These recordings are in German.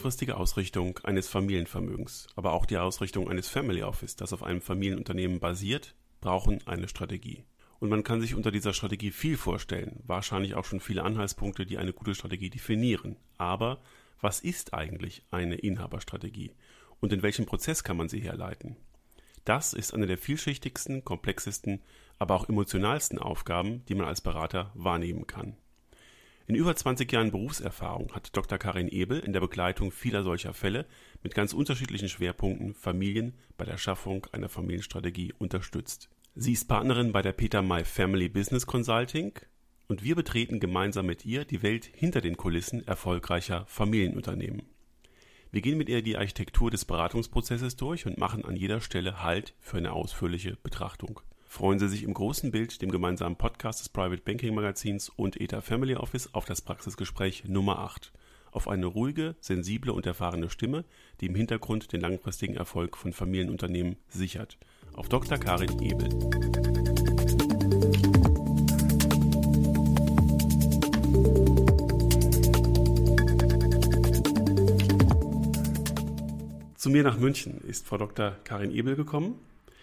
langfristige Ausrichtung eines Familienvermögens, aber auch die Ausrichtung eines Family Office, das auf einem Familienunternehmen basiert, brauchen eine Strategie. Und man kann sich unter dieser Strategie viel vorstellen, wahrscheinlich auch schon viele Anhaltspunkte, die eine gute Strategie definieren. Aber was ist eigentlich eine Inhaberstrategie und in welchem Prozess kann man sie herleiten? Das ist eine der vielschichtigsten, komplexesten, aber auch emotionalsten Aufgaben, die man als Berater wahrnehmen kann. In über 20 Jahren Berufserfahrung hat Dr. Karin Ebel in der Begleitung vieler solcher Fälle mit ganz unterschiedlichen Schwerpunkten Familien bei der Schaffung einer Familienstrategie unterstützt. Sie ist Partnerin bei der Peter May Family Business Consulting und wir betreten gemeinsam mit ihr die Welt hinter den Kulissen erfolgreicher Familienunternehmen. Wir gehen mit ihr die Architektur des Beratungsprozesses durch und machen an jeder Stelle Halt für eine ausführliche Betrachtung. Freuen Sie sich im großen Bild, dem gemeinsamen Podcast des Private Banking Magazins und ETA Family Office auf das Praxisgespräch Nummer 8. Auf eine ruhige, sensible und erfahrene Stimme, die im Hintergrund den langfristigen Erfolg von Familienunternehmen sichert. Auf Dr. Karin Ebel. Zu mir nach München ist Frau Dr. Karin Ebel gekommen.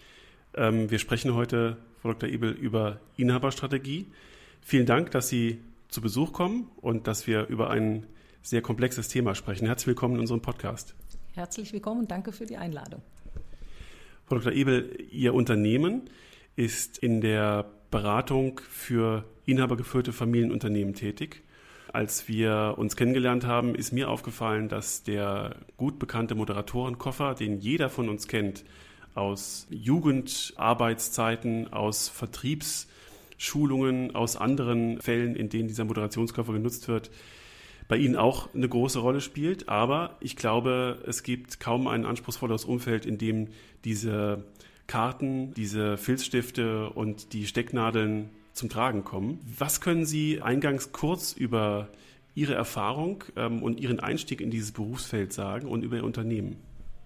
Wir sprechen heute, Frau Dr. Ebel, über Inhaberstrategie. Vielen Dank, dass Sie zu Besuch kommen und dass wir über ein sehr komplexes Thema sprechen. Herzlich willkommen in unserem Podcast. Herzlich willkommen und danke für die Einladung. Frau Dr. Ebel, Ihr Unternehmen ist in der Beratung für inhabergeführte Familienunternehmen tätig. Als wir uns kennengelernt haben, ist mir aufgefallen, dass der gut bekannte Moderatorenkoffer, den jeder von uns kennt, aus Jugendarbeitszeiten, aus Vertriebsschulungen, aus anderen Fällen, in denen dieser Moderationskoffer genutzt wird, bei Ihnen auch eine große Rolle spielt. Aber ich glaube, es gibt kaum ein anspruchsvolleres Umfeld, in dem diese Karten, diese Filzstifte und die Stecknadeln zum Tragen kommen. Was können Sie eingangs kurz über Ihre Erfahrung und Ihren Einstieg in dieses Berufsfeld sagen und über Ihr Unternehmen?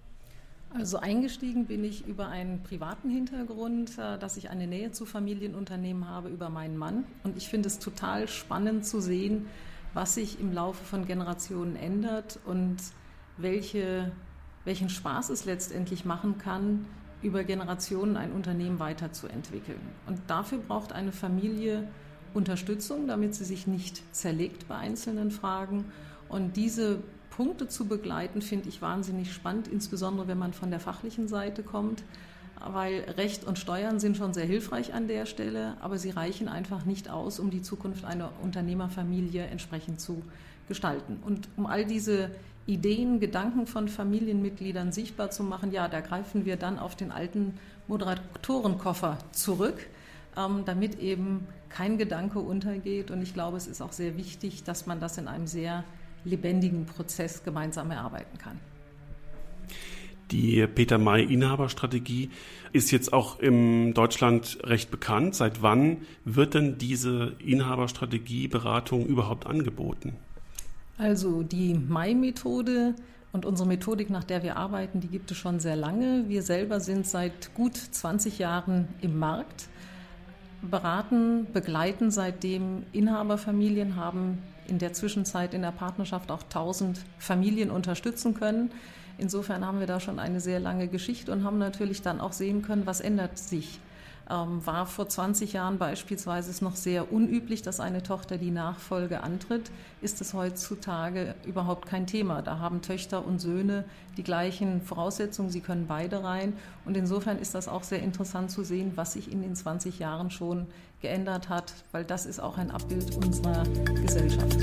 Also eingestiegen bin ich über einen privaten Hintergrund, dass ich eine Nähe zu Familienunternehmen habe über meinen Mann. Und ich finde es total spannend zu sehen, was sich im Laufe von Generationen ändert und welchen Spaß es letztendlich machen kann, über Generationen ein Unternehmen weiterzuentwickeln. Und dafür braucht eine Familie Unterstützung, damit sie sich nicht zerlegt bei einzelnen Fragen. Und diese Punkte zu begleiten, finde ich wahnsinnig spannend, insbesondere wenn man von der fachlichen Seite kommt, weil Recht und Steuern sind schon sehr hilfreich an der Stelle, aber sie reichen einfach nicht aus, um die Zukunft einer Unternehmerfamilie entsprechend zu gestalten. Und um all diese Ideen, Gedanken von Familienmitgliedern sichtbar zu machen, ja, da greifen wir dann auf den alten Moderatorenkoffer zurück, damit eben kein Gedanke untergeht. Und ich glaube, es ist auch sehr wichtig, dass man das in einem sehr lebendigen Prozess gemeinsam erarbeiten kann. Die Peter May Inhaberstrategie ist jetzt auch in Deutschland recht bekannt. Seit wann wird denn diese Inhaberstrategieberatung überhaupt angeboten? Also die May-Methode und unsere Methodik, nach der wir arbeiten, die gibt es schon sehr lange. Wir selber sind seit gut 20 Jahren im Markt, beraten, begleiten seitdem Inhaberfamilien, haben in der Zwischenzeit in der Partnerschaft auch 1000 Familien unterstützen können. Insofern haben wir da schon eine sehr lange Geschichte und haben natürlich dann auch sehen können, was ändert sich. War vor 20 Jahren beispielsweise es noch sehr unüblich, dass eine Tochter die Nachfolge antritt, ist es heutzutage überhaupt kein Thema. Da haben Töchter und Söhne die gleichen Voraussetzungen, sie können beide rein. Und insofern ist das auch sehr interessant zu sehen, was sich in den 20 Jahren schon geändert hat, weil das ist auch ein Abbild unserer Gesellschaft.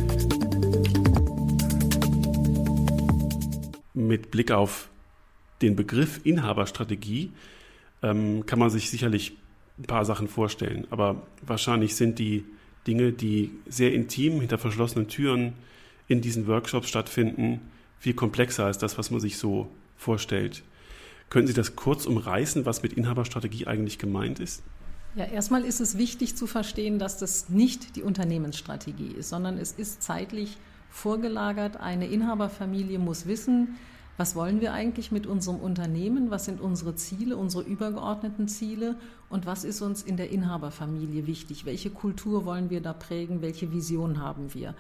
Mit Blick auf den Begriff Inhaberstrategie kann man sich sicherlich ein paar Sachen vorstellen. Aber wahrscheinlich sind die Dinge, die sehr intim hinter verschlossenen Türen in diesen Workshops stattfinden, viel komplexer als das, was man sich so vorstellt. Können Sie das kurz umreißen, was mit Inhaberstrategie eigentlich gemeint ist? Ja, erstmal ist es wichtig zu verstehen, dass das nicht die Unternehmensstrategie ist, sondern es ist zeitlich vorgelagert. Eine Inhaberfamilie muss wissen, was wollen wir eigentlich mit unserem Unternehmen, was sind unsere Ziele, unsere übergeordneten Ziele und was ist uns in der Inhaberfamilie wichtig, welche Kultur wollen wir da prägen, welche Vision haben wir.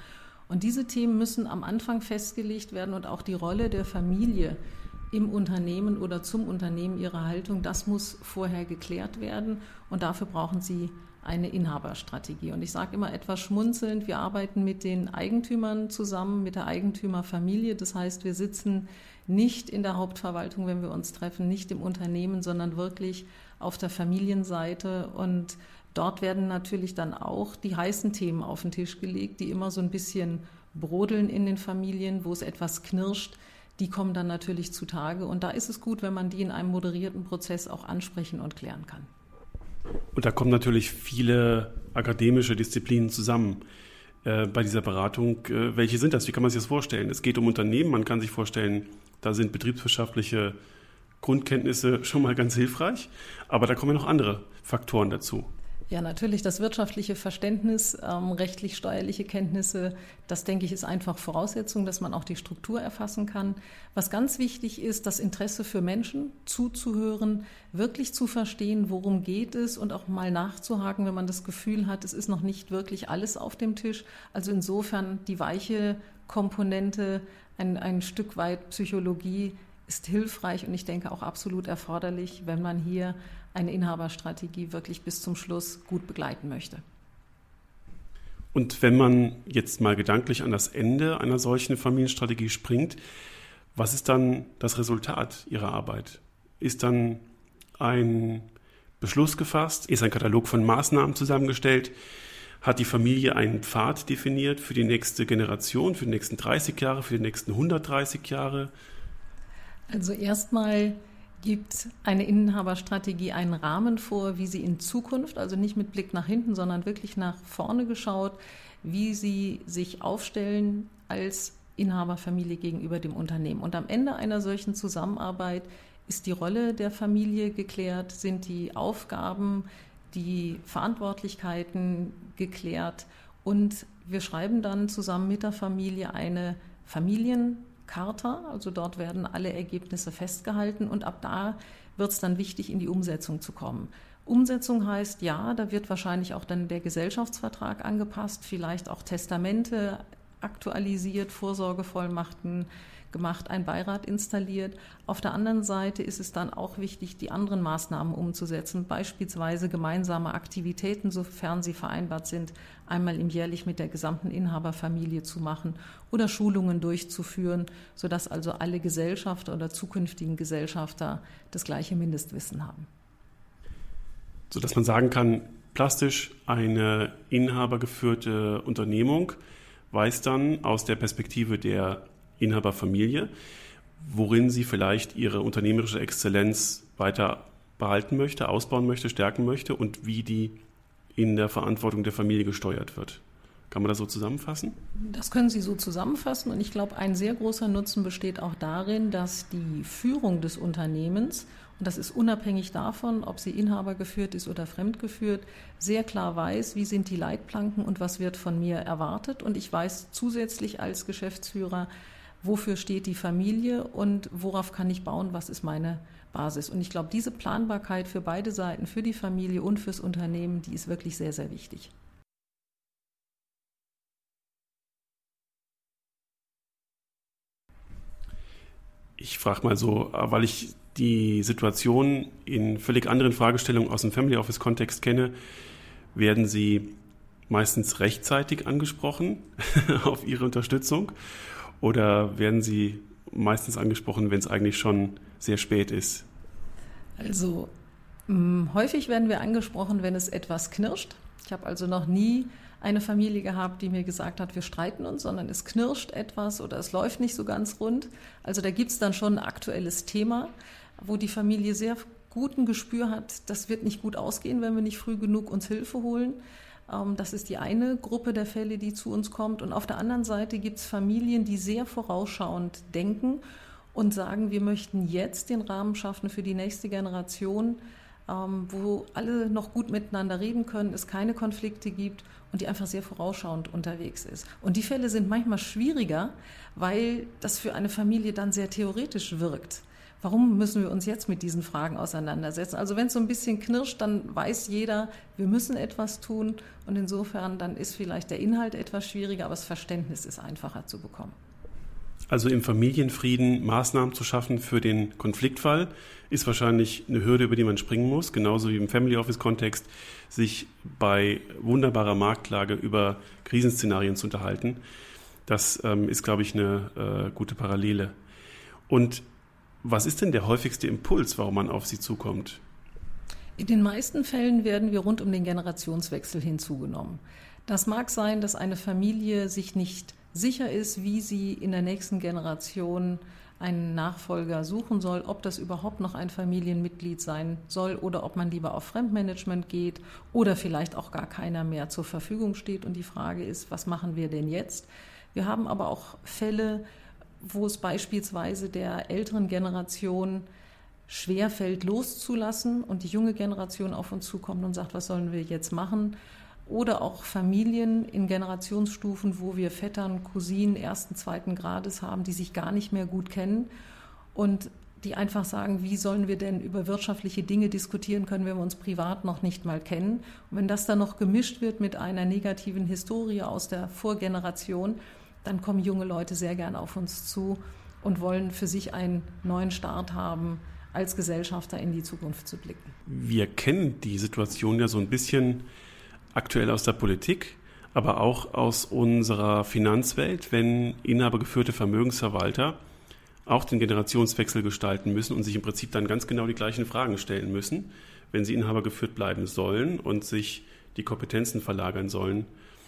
Und diese Themen müssen am Anfang festgelegt werden und auch die Rolle der Familie im Unternehmen oder zum Unternehmen, ihre Haltung, das muss vorher geklärt werden und dafür brauchen Sie eine Inhaberstrategie. Und ich sage immer etwas schmunzelnd, wir arbeiten mit den Eigentümern zusammen, mit der Eigentümerfamilie. Das heißt, wir sitzen nicht in der Hauptverwaltung, wenn wir uns treffen, nicht im Unternehmen, sondern wirklich auf der Familienseite. Und dort werden natürlich dann auch die heißen Themen auf den Tisch gelegt, die immer so ein bisschen brodeln in den Familien, wo es etwas knirscht. Die kommen dann natürlich zutage. Und da ist es gut, wenn man die in einem moderierten Prozess auch ansprechen und klären kann. Und da kommen natürlich viele akademische Disziplinen zusammen bei dieser Beratung. Welche sind das? Wie kann man sich das vorstellen? Es geht um Unternehmen. Man kann sich vorstellen, da sind betriebswirtschaftliche Grundkenntnisse schon mal ganz hilfreich. Aber da kommen ja noch andere Faktoren dazu. Ja, natürlich das wirtschaftliche Verständnis, rechtlich-steuerliche Kenntnisse, das denke ich ist einfach Voraussetzung, dass man auch die Struktur erfassen kann. Was ganz wichtig ist, das Interesse für Menschen zuzuhören, wirklich zu verstehen, worum geht es und auch mal nachzuhaken, wenn man das Gefühl hat, es ist noch nicht wirklich alles auf dem Tisch. Also insofern die weiche Komponente, ein Stück weit Psychologie ist hilfreich und ich denke auch absolut erforderlich, wenn man hier eine Inhaberstrategie wirklich bis zum Schluss gut begleiten möchte. Und wenn man jetzt mal gedanklich an das Ende einer solchen Familienstrategie springt, was ist dann das Resultat Ihrer Arbeit? Ist dann ein Beschluss gefasst? Ist ein Katalog von Maßnahmen zusammengestellt? Hat die Familie einen Pfad definiert für die nächste Generation, für die nächsten 30 Jahre, für die nächsten 130 Jahre? Also erstmal gibt eine Inhaberstrategie einen Rahmen vor, wie sie in Zukunft, also nicht mit Blick nach hinten, sondern wirklich nach vorne geschaut, wie sie sich aufstellen als Inhaberfamilie gegenüber dem Unternehmen. Und am Ende einer solchen Zusammenarbeit ist die Rolle der Familie geklärt, sind die Aufgaben, die Verantwortlichkeiten geklärt und wir schreiben dann zusammen mit der Familie eine Familiencharta, also dort werden alle Ergebnisse festgehalten und ab da wird es dann wichtig, in die Umsetzung zu kommen. Umsetzung heißt, ja, da wird wahrscheinlich auch dann der Gesellschaftsvertrag angepasst, vielleicht auch Testamente aktualisiert, Vorsorgevollmachten gemacht, ein Beirat installiert. Auf der anderen Seite ist es dann auch wichtig, die anderen Maßnahmen umzusetzen, beispielsweise gemeinsame Aktivitäten, sofern sie vereinbart sind, einmal im jährlich mit der gesamten Inhaberfamilie zu machen oder Schulungen durchzuführen, sodass also alle Gesellschafter oder zukünftigen Gesellschafter das gleiche Mindestwissen haben. Sodass man sagen kann, plastisch eine inhabergeführte Unternehmung weiß dann aus der Perspektive der Inhaberfamilie, worin sie vielleicht ihre unternehmerische Exzellenz weiter behalten möchte, ausbauen möchte, stärken möchte und wie die in der Verantwortung der Familie gesteuert wird. Kann man das so zusammenfassen? Das können Sie so zusammenfassen und ich glaube, ein sehr großer Nutzen besteht auch darin, dass die Führung des Unternehmens, und das ist unabhängig davon, ob sie inhabergeführt ist oder fremdgeführt, sehr klar weiß, wie sind die Leitplanken und was wird von mir erwartet. Und ich weiß zusätzlich als Geschäftsführer, wofür steht die Familie und worauf kann ich bauen, was ist meine Basis. Und ich glaube, diese Planbarkeit für beide Seiten, für die Familie und fürs Unternehmen, die ist wirklich sehr, sehr wichtig. Ich frage mal so, weil ich die Situation in völlig anderen Fragestellungen aus dem Family Office-Kontext kenne, werden Sie meistens rechtzeitig angesprochen auf Ihre Unterstützung oder werden Sie meistens angesprochen, wenn es eigentlich schon sehr spät ist? Also häufig werden wir angesprochen, wenn es etwas knirscht. Ich habe also noch nie eine Familie gehabt, die mir gesagt hat, wir streiten uns, sondern es knirscht etwas oder es läuft nicht so ganz rund. Also da gibt es dann schon ein aktuelles Thema, wo die Familie sehr guten Gespür hat, das wird nicht gut ausgehen, wenn wir nicht früh genug uns Hilfe holen. Das ist die eine Gruppe der Fälle, die zu uns kommt. Und auf der anderen Seite gibt es Familien, die sehr vorausschauend denken und sagen, wir möchten jetzt den Rahmen schaffen für die nächste Generation, wo alle noch gut miteinander reden können, es keine Konflikte gibt und die einfach sehr vorausschauend unterwegs ist. Und die Fälle sind manchmal schwieriger, weil das für eine Familie dann sehr theoretisch wirkt. Warum müssen wir uns jetzt mit diesen Fragen auseinandersetzen? Also wenn es so ein bisschen knirscht, dann weiß jeder, wir müssen etwas tun. Und insofern dann ist vielleicht der Inhalt etwas schwieriger, aber das Verständnis ist einfacher zu bekommen. Also im Familienfrieden Maßnahmen zu schaffen für den Konfliktfall ist wahrscheinlich eine Hürde, über die man springen muss. Genauso wie im Family Office-Kontext sich bei wunderbarer Marktlage über Krisenszenarien zu unterhalten. Das ist, glaube ich, eine gute Parallele. Und was ist denn der häufigste Impuls, warum man auf Sie zukommt? In den meisten Fällen werden wir rund um den Generationswechsel hinzugenommen. Das mag sein, dass eine Familie sich nicht sicher ist, wie sie in der nächsten Generation einen Nachfolger suchen soll, ob das überhaupt noch ein Familienmitglied sein soll oder ob man lieber auf Fremdmanagement geht oder vielleicht auch gar keiner mehr zur Verfügung steht. Und die Frage ist, was machen wir denn jetzt? Wir haben aber auch Fälle, wo es beispielsweise der älteren Generation schwerfällt, loszulassen und die junge Generation auf uns zukommt und sagt, was sollen wir jetzt machen? Oder auch Familien in Generationsstufen, wo wir Vettern, Cousinen ersten, zweiten Grades haben, die sich gar nicht mehr gut kennen und die einfach sagen, wie sollen wir denn über wirtschaftliche Dinge diskutieren können, wenn wir uns privat noch nicht mal kennen? Und wenn das dann noch gemischt wird mit einer negativen Historie aus der Vorgeneration, dann kommen junge Leute sehr gern auf uns zu und wollen für sich einen neuen Start haben, als Gesellschafter in die Zukunft zu blicken. Wir kennen die Situation ja so ein bisschen aktuell aus der Politik, aber auch aus unserer Finanzwelt, wenn inhabergeführte Vermögensverwalter auch den Generationswechsel gestalten müssen und sich im Prinzip dann ganz genau die gleichen Fragen stellen müssen, wenn sie inhabergeführt bleiben sollen und sich die Kompetenzen verlagern sollen.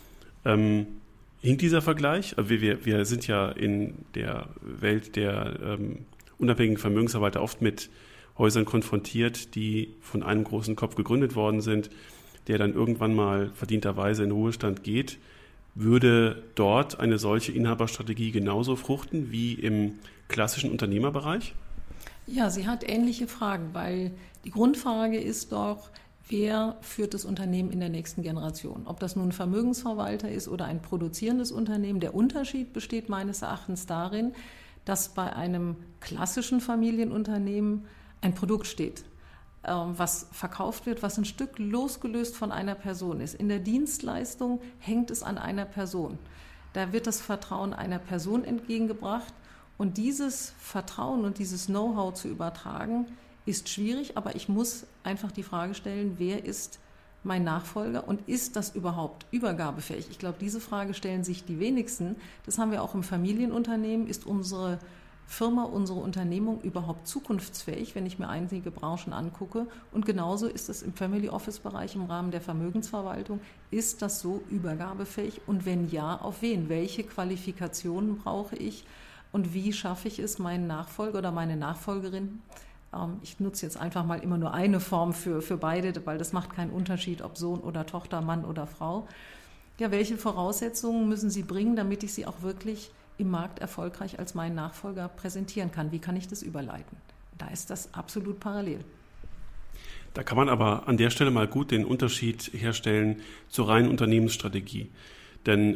Hinkt dieser Vergleich? Wir sind ja in der Welt der unabhängigen Vermögensverwalter oft mit Häusern konfrontiert, die von einem großen Kopf gegründet worden sind, der dann irgendwann mal verdienterweise in den Ruhestand geht. Würde dort eine solche Inhaberstrategie genauso fruchten wie im klassischen Unternehmerbereich? Ja, sie hat ähnliche Fragen, weil die Grundfrage ist doch, wer führt das Unternehmen in der nächsten Generation? Ob das nun ein Vermögensverwalter ist oder ein produzierendes Unternehmen. Der Unterschied besteht meines Erachtens darin, dass bei einem klassischen Familienunternehmen ein Produkt steht, was verkauft wird, was ein Stück losgelöst von einer Person ist. In der Dienstleistung hängt es an einer Person. Da wird das Vertrauen einer Person entgegengebracht und dieses Vertrauen und dieses Know-how zu übertragen, ist schwierig, aber ich muss einfach die Frage stellen, wer ist mein Nachfolger und ist das überhaupt übergabefähig? Ich glaube, diese Frage stellen sich die wenigsten. Das haben wir auch im Familienunternehmen. Ist unsere Firma, unsere Unternehmung überhaupt zukunftsfähig, wenn ich mir einige Branchen angucke? Und genauso ist es im Family Office-Bereich im Rahmen der Vermögensverwaltung. Ist das so übergabefähig? Und wenn ja, auf wen? Welche Qualifikationen brauche ich? Und wie schaffe ich es, meinen Nachfolger oder meine Nachfolgerin, ich nutze jetzt einfach mal immer nur eine Form für beide, weil das macht keinen Unterschied, ob Sohn oder Tochter, Mann oder Frau. Ja, welche Voraussetzungen müssen Sie bringen, damit ich Sie auch wirklich im Markt erfolgreich als meinen Nachfolger präsentieren kann? Wie kann ich das überleiten? Da ist das absolut parallel. Da kann man aber an der Stelle mal gut den Unterschied herstellen zur reinen Unternehmensstrategie. Denn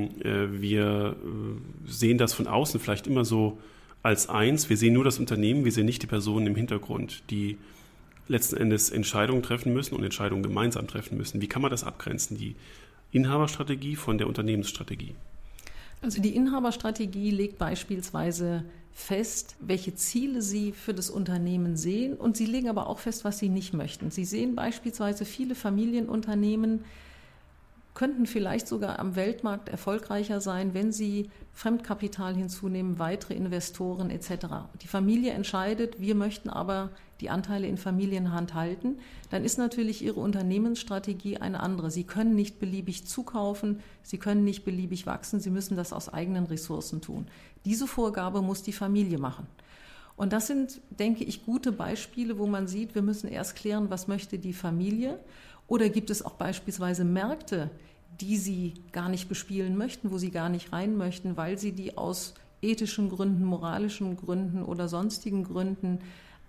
wir sehen das von außen vielleicht immer so als eins. Wir sehen nur das Unternehmen, wir sehen nicht die Personen im Hintergrund, die letzten Endes Entscheidungen treffen müssen und Entscheidungen gemeinsam treffen müssen. Wie kann man das abgrenzen, die Inhaberstrategie von der Unternehmensstrategie? Also die Inhaberstrategie legt beispielsweise fest, welche Ziele Sie für das Unternehmen sehen und Sie legen aber auch fest, was Sie nicht möchten. Sie sehen beispielsweise, viele Familienunternehmen könnten vielleicht sogar am Weltmarkt erfolgreicher sein, wenn sie Fremdkapital hinzunehmen, weitere Investoren etc. Die Familie entscheidet, wir möchten aber die Anteile in Familienhand halten, dann ist natürlich Ihre Unternehmensstrategie eine andere. Sie können nicht beliebig zukaufen, Sie können nicht beliebig wachsen, Sie müssen das aus eigenen Ressourcen tun. Diese Vorgabe muss die Familie machen. Und das sind, denke ich, gute Beispiele, wo man sieht, wir müssen erst klären, was möchte die Familie. Oder gibt es auch beispielsweise Märkte, die sie gar nicht bespielen möchten, wo sie gar nicht rein möchten, weil sie die aus ethischen Gründen, moralischen Gründen oder sonstigen Gründen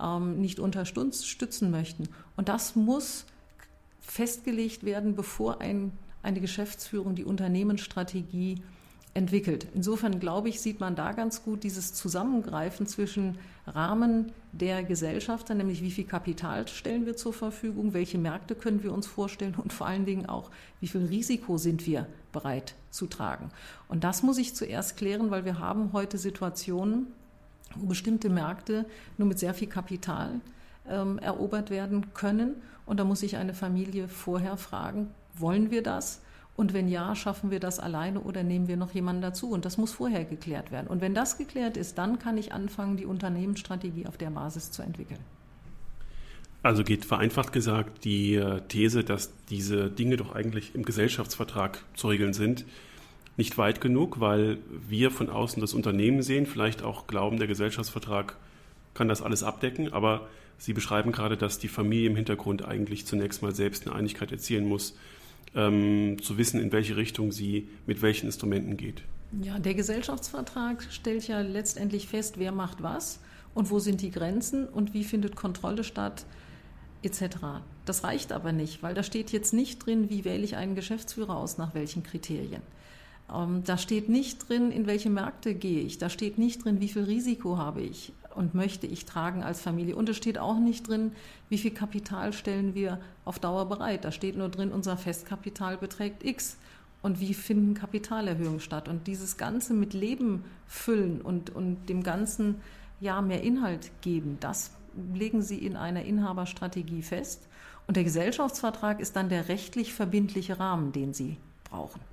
nicht unterstützen möchten. Und das muss festgelegt werden, bevor eine Geschäftsführung die Unternehmensstrategie entwickelt. Insofern, glaube ich, sieht man da ganz gut dieses Zusammengreifen zwischen Rahmen der Gesellschafter, nämlich wie viel Kapital stellen wir zur Verfügung, welche Märkte können wir uns vorstellen und vor allen Dingen auch, wie viel Risiko sind wir bereit zu tragen. Und das muss ich zuerst klären, weil wir haben heute Situationen, wo bestimmte Märkte nur mit sehr viel Kapital erobert werden können. Und da muss sich eine Familie vorher fragen, wollen wir das? Und wenn ja, schaffen wir das alleine oder nehmen wir noch jemanden dazu? Und das muss vorher geklärt werden. Und wenn das geklärt ist, dann kann ich anfangen, die Unternehmensstrategie auf der Basis zu entwickeln. Also geht vereinfacht gesagt die These, dass diese Dinge doch eigentlich im Gesellschaftsvertrag zu regeln sind, nicht weit genug, weil wir von außen das Unternehmen sehen, vielleicht auch glauben, der Gesellschaftsvertrag kann das alles abdecken, aber Sie beschreiben gerade, dass die Familie im Hintergrund eigentlich zunächst mal selbst eine Einigkeit erzielen muss, zu wissen, in welche Richtung sie mit welchen Instrumenten geht. Ja, der Gesellschaftsvertrag stellt ja letztendlich fest, wer macht was und wo sind die Grenzen und wie findet Kontrolle statt, etc. Das reicht aber nicht, weil da steht jetzt nicht drin, wie wähle ich einen Geschäftsführer aus, nach welchen Kriterien. Da steht nicht drin, in welche Märkte gehe ich. Da steht nicht drin, wie viel Risiko habe ich und möchte ich tragen als Familie. Und es steht auch nicht drin, wie viel Kapital stellen wir auf Dauer bereit. Da steht nur drin, unser Festkapital beträgt X. Und wie finden Kapitalerhöhungen statt? Und dieses Ganze mit Leben füllen und dem Ganzen mehr Inhalt geben, das legen Sie in einer Inhaberstrategie fest. Und der Gesellschaftsvertrag ist dann der rechtlich verbindliche Rahmen, den Sie brauchen.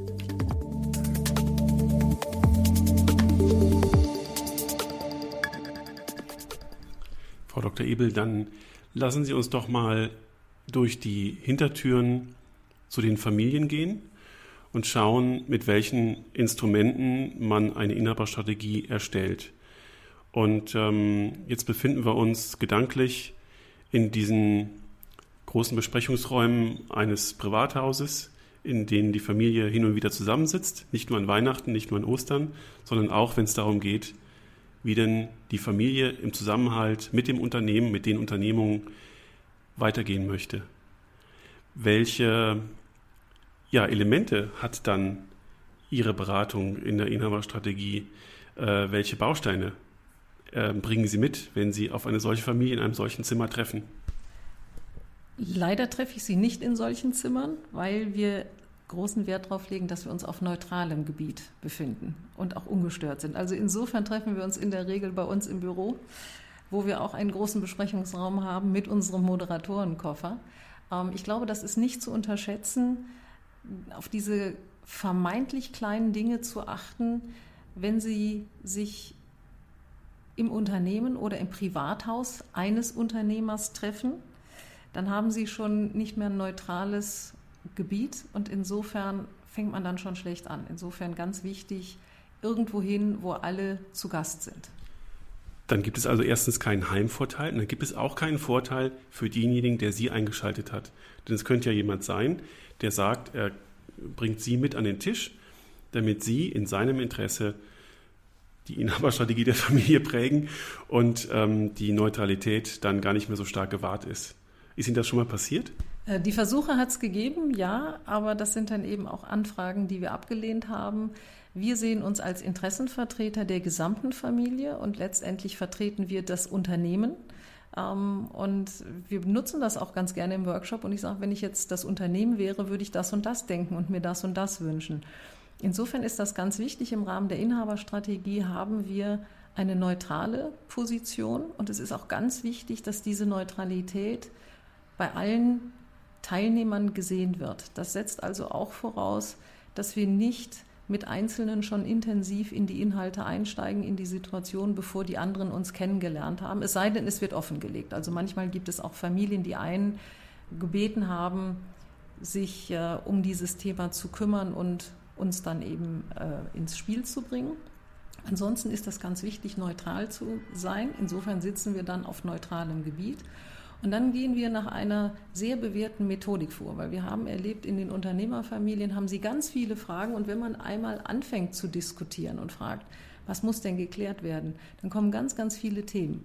Frau Dr. Ebel, dann lassen Sie uns doch mal durch die Hintertüren zu den Familien gehen und schauen, mit welchen Instrumenten man eine Inhaberstrategie erstellt. Und jetzt befinden wir uns gedanklich in diesen großen Besprechungsräumen eines Privathauses, in denen die Familie hin und wieder zusammensitzt, nicht nur an Weihnachten, nicht nur an Ostern, sondern auch, wenn es darum geht, wie denn die Familie im Zusammenhalt mit dem Unternehmen, mit den Unternehmungen weitergehen möchte. Welche Elemente hat dann Ihre Beratung in der Inhaberstrategie? Welche Bausteine bringen Sie mit, wenn Sie auf eine solche Familie in einem solchen Zimmer treffen? Leider treffe ich sie nicht in solchen Zimmern, weil wir großen Wert darauf legen, dass wir uns auf neutralem Gebiet befinden und auch ungestört sind. Also insofern treffen wir uns in der Regel bei uns im Büro, wo wir auch einen großen Besprechungsraum haben mit unserem Moderatorenkoffer. Ich glaube, das ist nicht zu unterschätzen, auf diese vermeintlich kleinen Dinge zu achten, wenn Sie sich im Unternehmen oder im Privathaus eines Unternehmers treffen. Dann haben Sie schon nicht mehr ein neutrales Gebiet und insofern fängt man dann schon schlecht an. Insofern ganz wichtig, irgendwo hin, wo alle zu Gast sind. Dann gibt es also erstens keinen Heimvorteil und dann gibt es auch keinen Vorteil für denjenigen, der Sie eingeschaltet hat. Denn es könnte ja jemand sein, der sagt, er bringt Sie mit an den Tisch, damit Sie in seinem Interesse die Inhaberstrategie der Familie prägen und die Neutralität dann gar nicht mehr so stark gewahrt ist. Ist Ihnen das schon mal passiert? Die Versuche hat es gegeben, ja, aber das sind dann eben auch Anfragen, die wir abgelehnt haben. Wir sehen uns als Interessenvertreter der gesamten Familie und letztendlich vertreten wir das Unternehmen. Und wir nutzen das auch ganz gerne im Workshop. Und ich sage, wenn ich jetzt das Unternehmen wäre, würde ich das und das denken und mir das und das wünschen. Insofern ist das ganz wichtig. Im Rahmen der Inhaberstrategie haben wir eine neutrale Position. Und es ist auch ganz wichtig, dass diese Neutralität bei allen Teilnehmern gesehen wird. Das setzt also auch voraus, dass wir nicht mit Einzelnen schon intensiv in die Inhalte einsteigen, in die Situation, bevor die anderen uns kennengelernt haben. Es sei denn, es wird offengelegt. Also manchmal gibt es auch Familien, die einen gebeten haben, sich um dieses Thema zu kümmern und uns dann eben ins Spiel zu bringen. Ansonsten ist das ganz wichtig, neutral zu sein. Insofern sitzen wir dann auf neutralem Gebiet. Und dann gehen wir nach einer sehr bewährten Methodik vor, weil wir haben erlebt, in den Unternehmerfamilien haben sie ganz viele Fragen und wenn man einmal anfängt zu diskutieren und fragt, was muss denn geklärt werden, dann kommen ganz, ganz viele Themen.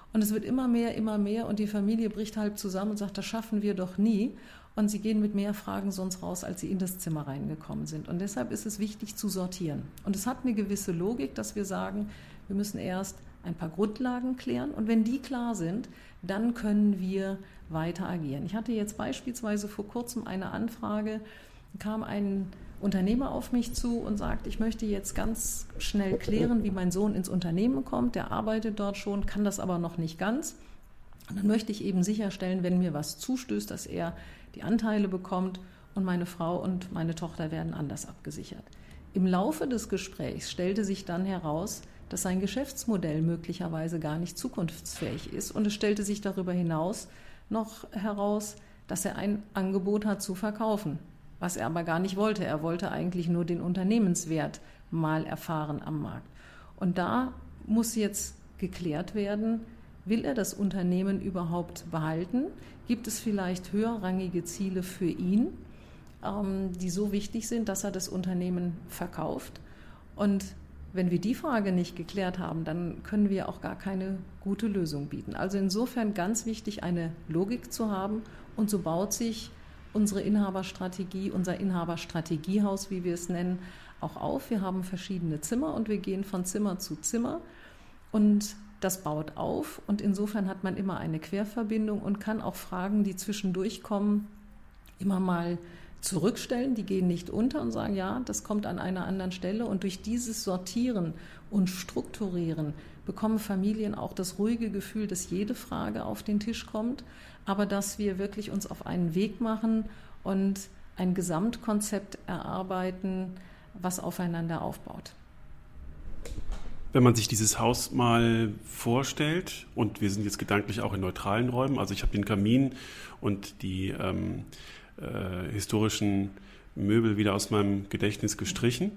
Und es wird immer mehr und die Familie bricht halb zusammen und sagt, das schaffen wir doch nie. Und sie gehen mit mehr Fragen sonst raus, als sie in das Zimmer reingekommen sind. Und deshalb ist es wichtig zu sortieren. Und es hat eine gewisse Logik, dass wir sagen, wir müssen erst ein paar Grundlagen klären und wenn die klar sind, dann können wir weiter agieren. Ich hatte jetzt beispielsweise vor kurzem eine Anfrage, kam ein Unternehmer auf mich zu und sagt, ich möchte jetzt ganz schnell klären, wie mein Sohn ins Unternehmen kommt. Der arbeitet dort schon, kann das aber noch nicht ganz. Und dann möchte ich eben sicherstellen, wenn mir was zustößt, dass er die Anteile bekommt und meine Frau und meine Tochter werden anders abgesichert. Im Laufe des Gesprächs stellte sich dann heraus, dass sein Geschäftsmodell möglicherweise gar nicht zukunftsfähig ist und es stellte sich darüber hinaus noch heraus, dass er ein Angebot hat zu verkaufen, was er aber gar nicht wollte. Er wollte eigentlich nur den Unternehmenswert mal erfahren am Markt. Und da muss jetzt geklärt werden, will er das Unternehmen überhaupt behalten? Gibt es vielleicht höherrangige Ziele für ihn, die so wichtig sind, dass er das Unternehmen verkauft? Und wenn wir die Frage nicht geklärt haben, dann können wir auch gar keine gute Lösung bieten. Also insofern ganz wichtig, eine Logik zu haben. Und so baut sich unsere Inhaberstrategie, unser Inhaberstrategiehaus, wie wir es nennen, auch auf. Wir haben verschiedene Zimmer und wir gehen von Zimmer zu Zimmer und das baut auf und insofern hat man immer eine Querverbindung und kann auch Fragen, die zwischendurch kommen, immer mal zurückstellen. Die gehen nicht unter und sagen, ja, das kommt an einer anderen Stelle und durch dieses Sortieren und Strukturieren bekommen Familien auch das ruhige Gefühl, dass jede Frage auf den Tisch kommt, aber dass wir wirklich uns auf einen Weg machen und ein Gesamtkonzept erarbeiten, was aufeinander aufbaut. Wenn man sich dieses Haus mal vorstellt, und wir sind jetzt gedanklich auch in neutralen Räumen, also ich habe den Kamin und die historischen Möbel wieder aus meinem Gedächtnis gestrichen,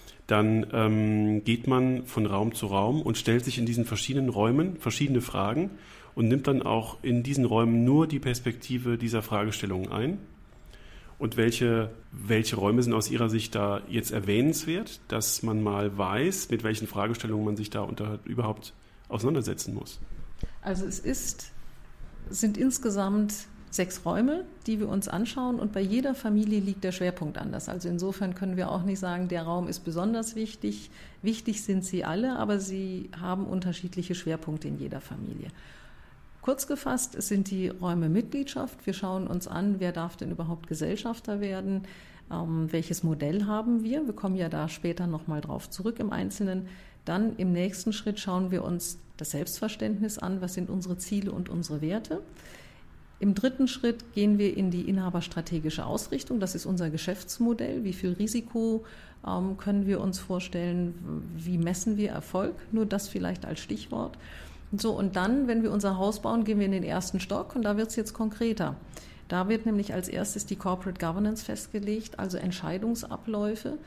dann geht man von Raum zu Raum und stellt sich in diesen verschiedenen Räumen verschiedene Fragen und nimmt dann auch in diesen Räumen nur die Perspektive dieser Fragestellungen ein. Und welche Räume sind aus Ihrer Sicht da jetzt erwähnenswert, dass man mal weiß, mit welchen Fragestellungen man sich da überhaupt auseinandersetzen muss? Also sind insgesamt 6 Räume, die wir uns anschauen und bei jeder Familie liegt der Schwerpunkt anders. Also insofern können wir auch nicht sagen, der Raum ist besonders wichtig. Wichtig sind sie alle, aber sie haben unterschiedliche Schwerpunkte in jeder Familie. Kurz gefasst, es sind die Räume Mitgliedschaft. Wir schauen uns an, wer darf denn überhaupt Gesellschafter werden, welches Modell haben wir. Wir kommen ja da später nochmal drauf zurück im Einzelnen. Dann im nächsten Schritt schauen wir uns das Selbstverständnis an, was sind unsere Ziele und unsere Werte. Im dritten Schritt gehen wir in die inhaberstrategische Ausrichtung. Das ist unser Geschäftsmodell. Wie viel Risiko können wir uns vorstellen? Wie messen wir Erfolg? Nur das vielleicht als Stichwort. So, und dann, wenn wir unser Haus bauen, gehen wir in den ersten Stock und da wird es jetzt konkreter. Da wird nämlich als erstes die Corporate Governance festgelegt, also Entscheidungsabläufe.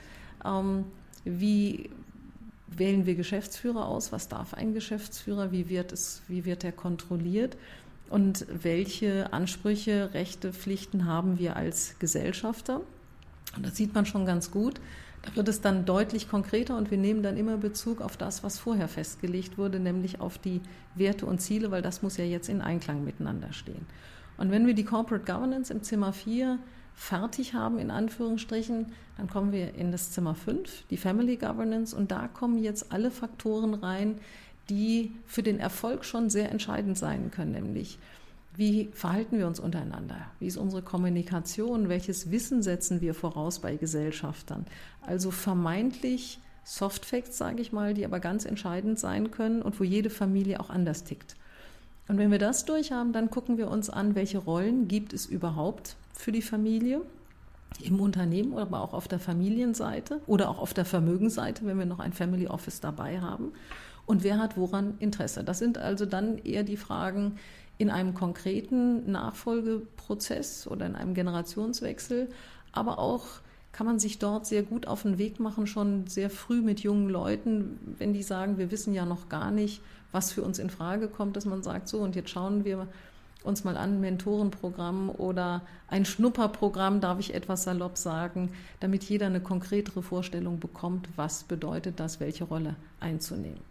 Wie wählen wir Geschäftsführer aus? Was darf ein Geschäftsführer? Wie wird er kontrolliert? Und welche Ansprüche, Rechte, Pflichten haben wir als Gesellschafter? Und das sieht man schon ganz gut. Da wird es dann deutlich konkreter und wir nehmen dann immer Bezug auf das, was vorher festgelegt wurde, nämlich auf die Werte und Ziele, weil das muss ja jetzt in Einklang miteinander stehen. Und wenn wir die Corporate Governance im Zimmer 4 fertig haben, in Anführungsstrichen, dann kommen wir in das Zimmer 5, die Family Governance, und da kommen jetzt alle Faktoren rein, die für den Erfolg schon sehr entscheidend sein können, nämlich wie verhalten wir uns untereinander? Wie ist unsere Kommunikation? Welches Wissen setzen wir voraus bei Gesellschaftern? Also vermeintlich Soft Facts, sage ich mal, die aber ganz entscheidend sein können und wo jede Familie auch anders tickt. Und wenn wir das durch haben, dann gucken wir uns an, welche Rollen gibt es überhaupt für die Familie im Unternehmen, aber auch auf der Familienseite oder auch auf der Vermögensseite, wenn wir noch ein Family Office dabei haben. Und wer hat woran Interesse? Das sind also dann eher die Fragen, in einem konkreten Nachfolgeprozess oder in einem Generationswechsel, aber auch kann man sich dort sehr gut auf den Weg machen, schon sehr früh mit jungen Leuten, wenn die sagen, wir wissen ja noch gar nicht, was für uns in Frage kommt, dass man sagt, so und jetzt schauen wir uns mal an, ein Mentorenprogramm oder ein Schnupperprogramm, darf ich etwas salopp sagen, damit jeder eine konkretere Vorstellung bekommt, was bedeutet das, welche Rolle einzunehmen.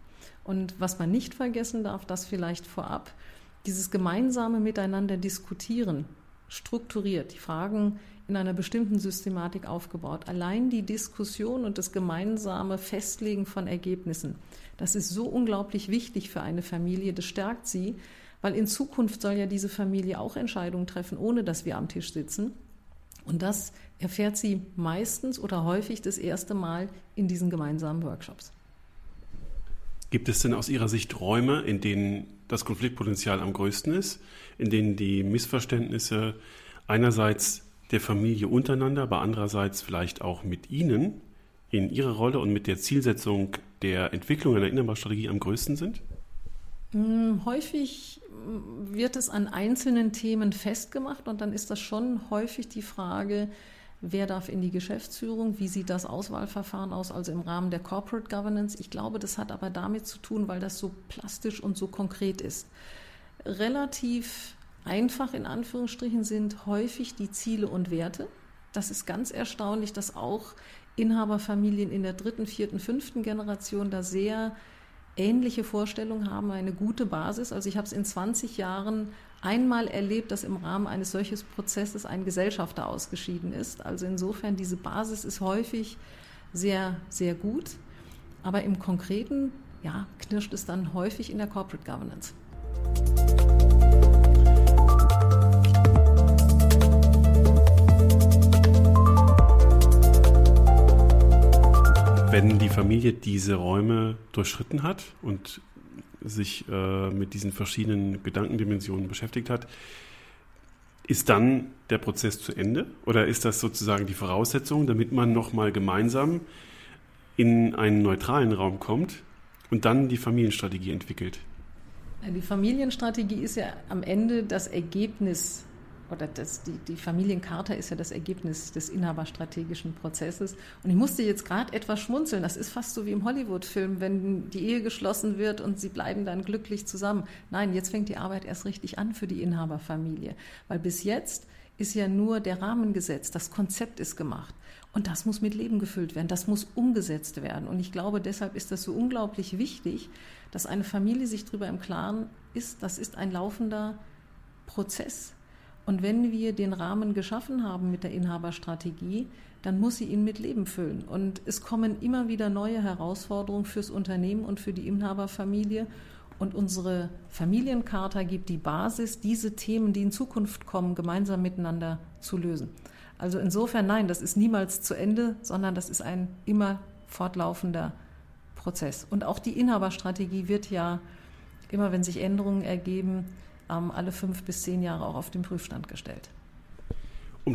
Und was man nicht vergessen darf, das vielleicht vorab, dieses gemeinsame Miteinander diskutieren, strukturiert, die Fragen in einer bestimmten Systematik aufgebaut. Allein die Diskussion und das gemeinsame Festlegen von Ergebnissen, das ist so unglaublich wichtig für eine Familie, das stärkt sie, weil in Zukunft soll ja diese Familie auch Entscheidungen treffen, ohne dass wir am Tisch sitzen. Und das erfährt sie meistens oder häufig das erste Mal in diesen gemeinsamen Workshops. Gibt es denn aus Ihrer Sicht Räume, in denen das Konfliktpotenzial am größten ist, in denen die Missverständnisse einerseits der Familie untereinander, aber andererseits vielleicht auch mit Ihnen in Ihrer Rolle und mit der Zielsetzung der Entwicklung einer Inhaberstrategie am größten sind? Häufig wird es an einzelnen Themen festgemacht und dann ist das schon häufig die Frage, wer darf in die Geschäftsführung, wie sieht das Auswahlverfahren aus, also im Rahmen der Corporate Governance. Ich glaube, das hat aber damit zu tun, weil das so plastisch und so konkret ist. Relativ einfach in Anführungsstrichen sind häufig die Ziele und Werte. Das ist ganz erstaunlich, dass auch Inhaberfamilien in der 3., 4., 5. Generation da sehr ähnliche Vorstellungen haben, eine gute Basis. Also ich habe es in 20 Jahren einmal erlebt, dass im Rahmen eines solchen Prozesses ein Gesellschafter ausgeschieden ist. Also insofern, diese Basis ist häufig sehr, sehr gut. Aber im Konkreten, ja, knirscht es dann häufig in der Corporate Governance. Wenn die Familie diese Räume durchschritten hat und sich mit diesen verschiedenen Gedankendimensionen beschäftigt hat, ist dann der Prozess zu Ende? Oder ist das sozusagen die Voraussetzung, damit man nochmal gemeinsam in einen neutralen Raum kommt und dann die Familienstrategie entwickelt? Die Familienstrategie ist ja am Ende das Ergebnis, oder die Familiencharta ist ja das Ergebnis des inhaberstrategischen Prozesses. Und ich musste jetzt gerade etwas schmunzeln. Das ist fast so wie im Hollywood-Film, wenn die Ehe geschlossen wird und sie bleiben dann glücklich zusammen. Nein, jetzt fängt die Arbeit erst richtig an für die Inhaberfamilie. Weil bis jetzt ist ja nur der Rahmen gesetzt, das Konzept ist gemacht. Und das muss mit Leben gefüllt werden, das muss umgesetzt werden. Und ich glaube, deshalb ist das so unglaublich wichtig, dass eine Familie sich darüber im Klaren ist, das ist ein laufender Prozess. Und wenn wir den Rahmen geschaffen haben mit der Inhaberstrategie, dann muss sie ihn mit Leben füllen. Und es kommen immer wieder neue Herausforderungen fürs Unternehmen und für die Inhaberfamilie. Und unsere Familiencharta gibt die Basis, diese Themen, die in Zukunft kommen, gemeinsam miteinander zu lösen. Also insofern, nein, das ist niemals zu Ende, sondern das ist ein immer fortlaufender Prozess. Und auch die Inhaberstrategie wird ja, immer wenn sich Änderungen ergeben, alle 5 bis 10 Jahre auch auf den Prüfstand gestellt. Um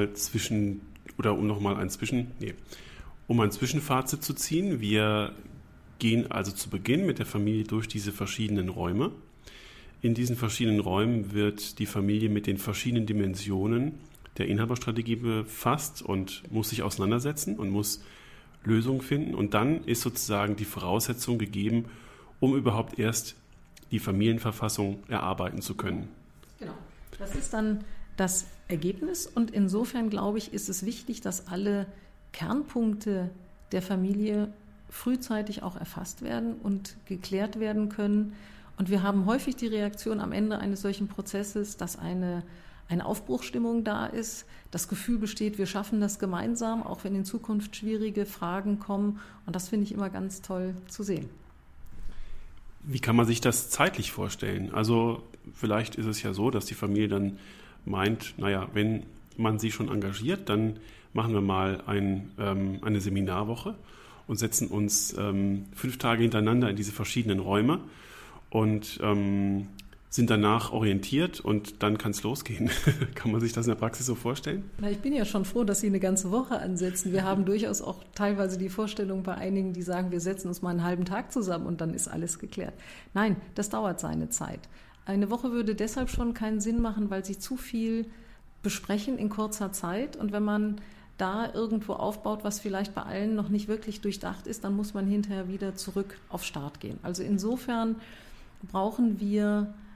ein Zwischenfazit zu ziehen, wir gehen also zu Beginn mit der Familie durch diese verschiedenen Räume. In diesen verschiedenen Räumen wird die Familie mit den verschiedenen Dimensionen der Inhaberstrategie befasst und muss sich auseinandersetzen und muss Lösungen finden. Und dann ist sozusagen die Voraussetzung gegeben, um überhaupt erst die Familienverfassung erarbeiten zu können. Genau. Das ist dann das Ergebnis und insofern, glaube ich, ist es wichtig, dass alle Kernpunkte der Familie frühzeitig auch erfasst werden und geklärt werden können. Und wir haben häufig die Reaktion am Ende eines solchen Prozesses, dass eine Aufbruchsstimmung da ist, das Gefühl besteht, wir schaffen das gemeinsam, auch wenn in Zukunft schwierige Fragen kommen. Und das finde ich immer ganz toll zu sehen. Wie kann man sich das zeitlich vorstellen? Also vielleicht ist es ja so, dass die Familie dann meint, naja, wenn man sie schon engagiert, dann machen wir mal eine Seminarwoche und setzen uns 5 Tage hintereinander in diese verschiedenen Räume und sind danach orientiert und dann kann es losgehen. Kann man sich das in der Praxis so vorstellen? Na, ich bin ja schon froh, dass Sie eine ganze Woche ansetzen. Wir haben durchaus auch teilweise die Vorstellung bei einigen, die sagen, wir setzen uns mal einen halben Tag zusammen und dann ist alles geklärt. Nein, das dauert seine Zeit. Eine Woche würde deshalb schon keinen Sinn machen, weil Sie zu viel besprechen in kurzer Zeit. Und wenn man da irgendwo aufbaut, was vielleicht bei allen noch nicht wirklich durchdacht ist, dann muss man hinterher wieder zurück auf Start gehen. Also insofern brauchen wir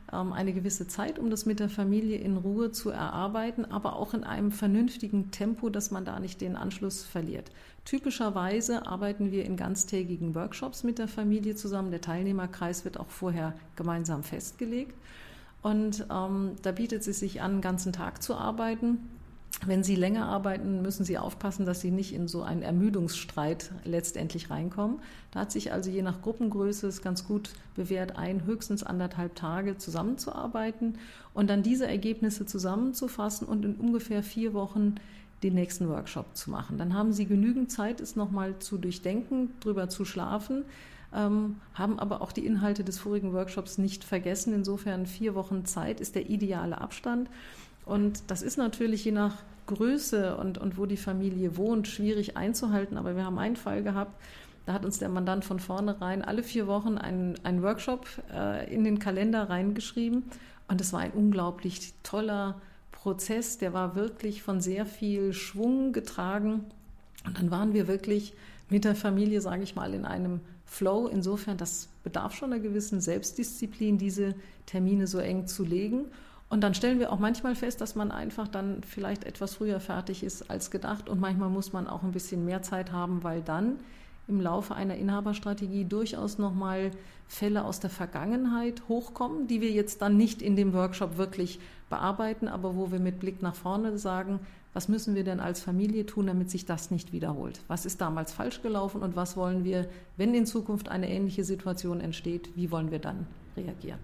eine gewisse Zeit, um das mit der Familie in Ruhe zu erarbeiten, aber auch in einem vernünftigen Tempo, dass man da nicht den Anschluss verliert. Typischerweise arbeiten wir in ganztägigen Workshops mit der Familie zusammen. Der Teilnehmerkreis wird auch vorher gemeinsam festgelegt. Und da bietet es sich an, einen ganzen Tag zu arbeiten. Wenn Sie länger arbeiten, müssen Sie aufpassen, dass Sie nicht in so einen Ermüdungsstreit letztendlich reinkommen. Da hat sich also je nach Gruppengröße es ganz gut bewährt, höchstens 1,5 Tage zusammenzuarbeiten und dann diese Ergebnisse zusammenzufassen und in ungefähr 4 Wochen den nächsten Workshop zu machen. Dann haben Sie genügend Zeit, es nochmal zu durchdenken, drüber zu schlafen, haben aber auch die Inhalte des vorigen Workshops nicht vergessen. Insofern 4 Wochen Zeit ist der ideale Abstand. Und das ist natürlich je nach Größe und wo die Familie wohnt, schwierig einzuhalten. Aber wir haben einen Fall gehabt, da hat uns der Mandant von vornherein alle 4 Wochen einen Workshop in den Kalender reingeschrieben. Und es war ein unglaublich toller Prozess. Der war wirklich von sehr viel Schwung getragen. Und dann waren wir wirklich mit der Familie, sage ich mal, in einem Flow. Insofern, das bedarf schon einer gewissen Selbstdisziplin, diese Termine so eng zu legen. Und dann stellen wir auch manchmal fest, dass man einfach dann vielleicht etwas früher fertig ist als gedacht. Und manchmal muss man auch ein bisschen mehr Zeit haben, weil dann im Laufe einer Inhaberstrategie durchaus nochmal Fälle aus der Vergangenheit hochkommen, die wir jetzt dann nicht in dem Workshop wirklich bearbeiten, aber wo wir mit Blick nach vorne sagen, was müssen wir denn als Familie tun, damit sich das nicht wiederholt? Was ist damals falsch gelaufen und was wollen wir, wenn in Zukunft eine ähnliche Situation entsteht, wie wollen wir dann reagieren?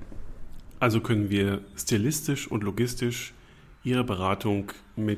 Also können wir stilistisch und logistisch Ihre Beratung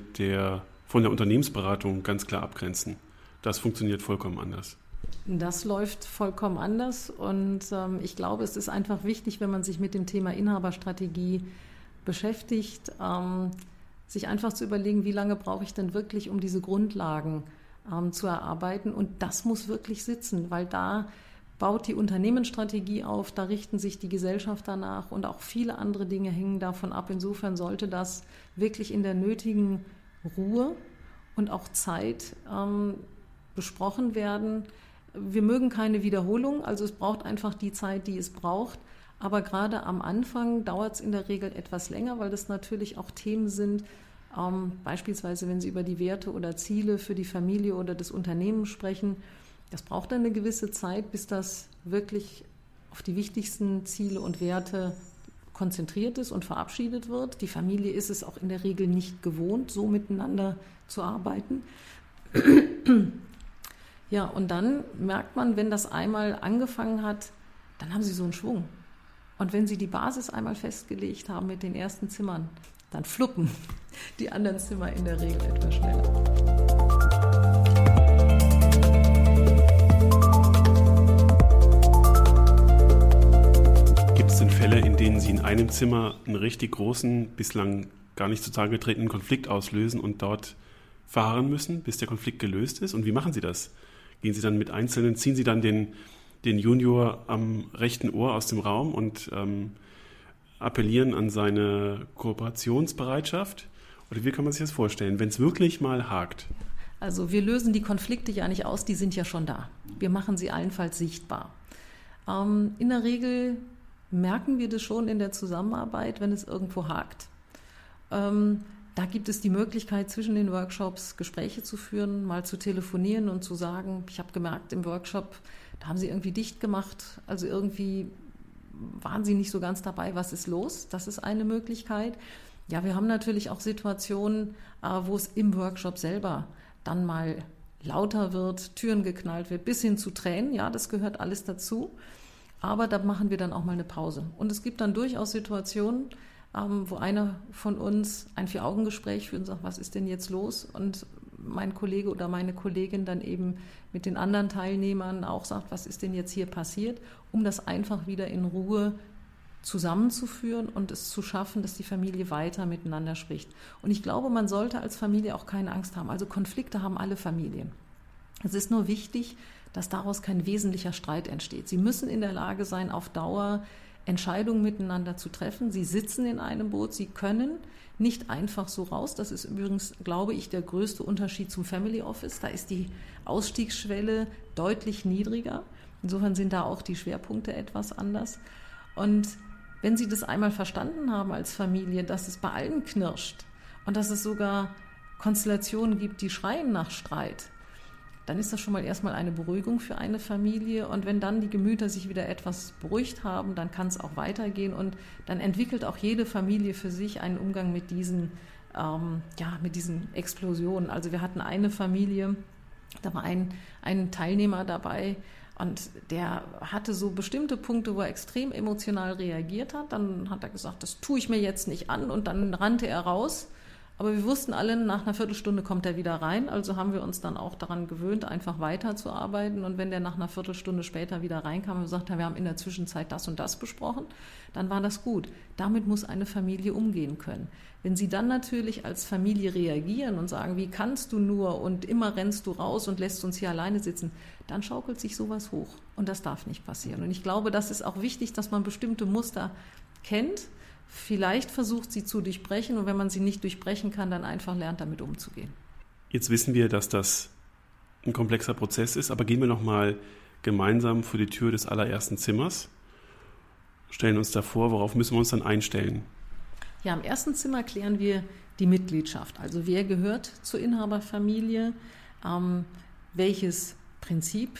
von der Unternehmensberatung ganz klar abgrenzen. Das funktioniert vollkommen anders. Das läuft vollkommen anders und ich glaube, es ist einfach wichtig, wenn man sich mit dem Thema Inhaberstrategie beschäftigt, sich einfach zu überlegen, wie lange brauche ich denn wirklich, um diese Grundlagen zu erarbeiten, und das muss wirklich sitzen, weil da baut die Unternehmensstrategie auf, da richten sich die Gesellschaft danach und auch viele andere Dinge hängen davon ab. Insofern sollte das wirklich in der nötigen Ruhe und auch Zeit besprochen werden. Wir mögen keine Wiederholung, also es braucht einfach die Zeit, die es braucht. Aber gerade am Anfang dauert es in der Regel etwas länger, weil das natürlich auch Themen sind, beispielsweise wenn Sie über die Werte oder Ziele für die Familie oder das Unternehmen sprechen. Das braucht dann eine gewisse Zeit, bis das wirklich auf die wichtigsten Ziele und Werte konzentriert ist und verabschiedet wird. Die Familie ist es auch in der Regel nicht gewohnt, so miteinander zu arbeiten. Ja, und dann merkt man, wenn das einmal angefangen hat, dann haben Sie so einen Schwung. Und wenn Sie die Basis einmal festgelegt haben mit den ersten Zimmern, dann fluppen die anderen Zimmer in der Regel etwas schneller. Fälle, in denen Sie in einem Zimmer einen richtig großen, bislang gar nicht zutage getretenen Konflikt auslösen und dort verharren müssen, bis der Konflikt gelöst ist? Und wie machen Sie das? Gehen Sie dann mit Einzelnen, ziehen Sie dann den Junior am rechten Ohr aus dem Raum und appellieren an seine Kooperationsbereitschaft? Oder wie kann man sich das vorstellen, wenn es wirklich mal hakt? Also wir lösen die Konflikte ja nicht aus, die sind ja schon da. Wir machen sie allenfalls sichtbar. In der Regel merken wir das schon in der Zusammenarbeit, wenn es irgendwo hakt. Da gibt es die Möglichkeit, zwischen den Workshops Gespräche zu führen, mal zu telefonieren und zu sagen, ich habe gemerkt im Workshop, da haben Sie irgendwie dicht gemacht, also irgendwie waren Sie nicht so ganz dabei, was ist los? Das ist eine Möglichkeit. Ja, wir haben natürlich auch Situationen, wo es im Workshop selber dann mal lauter wird, Türen geknallt wird, bis hin zu Tränen. Ja, das gehört alles dazu. Aber da machen wir dann auch mal eine Pause. Und es gibt dann durchaus Situationen, wo einer von uns ein 4-Augen-Gespräch führt und sagt, was ist denn jetzt los? Und mein Kollege oder meine Kollegin dann eben mit den anderen Teilnehmern auch sagt, was ist denn jetzt hier passiert, um das einfach wieder in Ruhe zusammenzuführen und es zu schaffen, dass die Familie weiter miteinander spricht. Und ich glaube, man sollte als Familie auch keine Angst haben. Also Konflikte haben alle Familien. Es ist nur wichtig, dass daraus kein wesentlicher Streit entsteht. Sie müssen in der Lage sein, auf Dauer Entscheidungen miteinander zu treffen. Sie sitzen in einem Boot, Sie können nicht einfach so raus. Das ist übrigens, glaube ich, der größte Unterschied zum Family Office. Da ist die Ausstiegsschwelle deutlich niedriger. Insofern sind da auch die Schwerpunkte etwas anders. Und wenn Sie das einmal verstanden haben als Familie, dass es bei allen knirscht und dass es sogar Konstellationen gibt, die schreien nach Streit, dann ist das schon mal erstmal eine Beruhigung für eine Familie. Und wenn dann die Gemüter sich wieder etwas beruhigt haben, dann kann es auch weitergehen. Und dann entwickelt auch jede Familie für sich einen Umgang mit diesen Explosionen. Also wir hatten eine Familie, da war ein Teilnehmer dabei, und der hatte so bestimmte Punkte, wo er extrem emotional reagiert hat. Dann hat er gesagt, das tue ich mir jetzt nicht an, und dann rannte er raus. Aber wir wussten alle, nach einer Viertelstunde kommt er wieder rein. Also haben wir uns dann auch daran gewöhnt, einfach weiterzuarbeiten. Und wenn der nach einer Viertelstunde später wieder reinkam und gesagt hat, wir haben in der Zwischenzeit das und das besprochen, dann war das gut. Damit muss eine Familie umgehen können. Wenn Sie dann natürlich als Familie reagieren und sagen, wie kannst du nur, und immer rennst du raus und lässt uns hier alleine sitzen, dann schaukelt sich sowas hoch. Und das darf nicht passieren. Und ich glaube, das ist auch wichtig, dass man bestimmte Muster kennt, vielleicht versucht, sie zu durchbrechen, und wenn man sie nicht durchbrechen kann, dann einfach lernt, damit umzugehen. Jetzt wissen wir, dass das ein komplexer Prozess ist, aber gehen wir nochmal gemeinsam vor die Tür des allerersten Zimmers, stellen uns da vor, worauf müssen wir uns dann einstellen? Ja, im ersten Zimmer klären wir die Mitgliedschaft. Also wer gehört zur Inhaberfamilie, welches Prinzip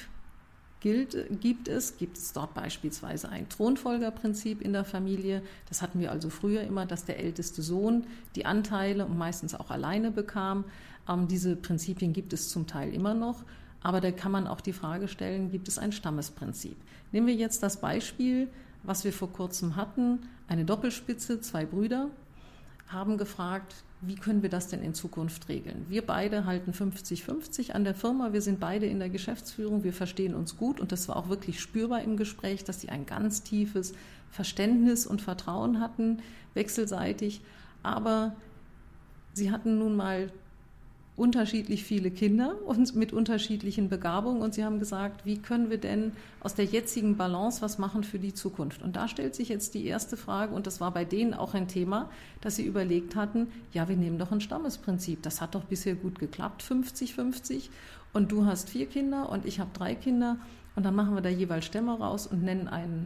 gibt es dort beispielsweise ein Thronfolgerprinzip in der Familie. Das hatten wir also früher immer, dass der älteste Sohn die Anteile und meistens auch alleine bekam. Diese Prinzipien gibt es zum Teil immer noch, aber da kann man auch die Frage stellen, gibt es ein Stammesprinzip? Nehmen wir jetzt das Beispiel, was wir vor kurzem hatten, eine Doppelspitze, 2 Brüder, haben gefragt, wie können wir das denn in Zukunft regeln? Wir beide halten 50-50 an der Firma, wir sind beide in der Geschäftsführung, wir verstehen uns gut, und das war auch wirklich spürbar im Gespräch, dass sie ein ganz tiefes Verständnis und Vertrauen hatten, wechselseitig, aber sie hatten nun mal unterschiedlich viele Kinder und mit unterschiedlichen Begabungen, und sie haben gesagt, wie können wir denn aus der jetzigen Balance was machen für die Zukunft? Und da stellt sich jetzt die erste Frage, und das war bei denen auch ein Thema, dass sie überlegt hatten, ja, wir nehmen doch ein Stammesprinzip, das hat doch bisher gut geklappt, 50-50, und du hast 4 Kinder und ich habe 3 Kinder, und dann machen wir da jeweils Stämme raus und benennen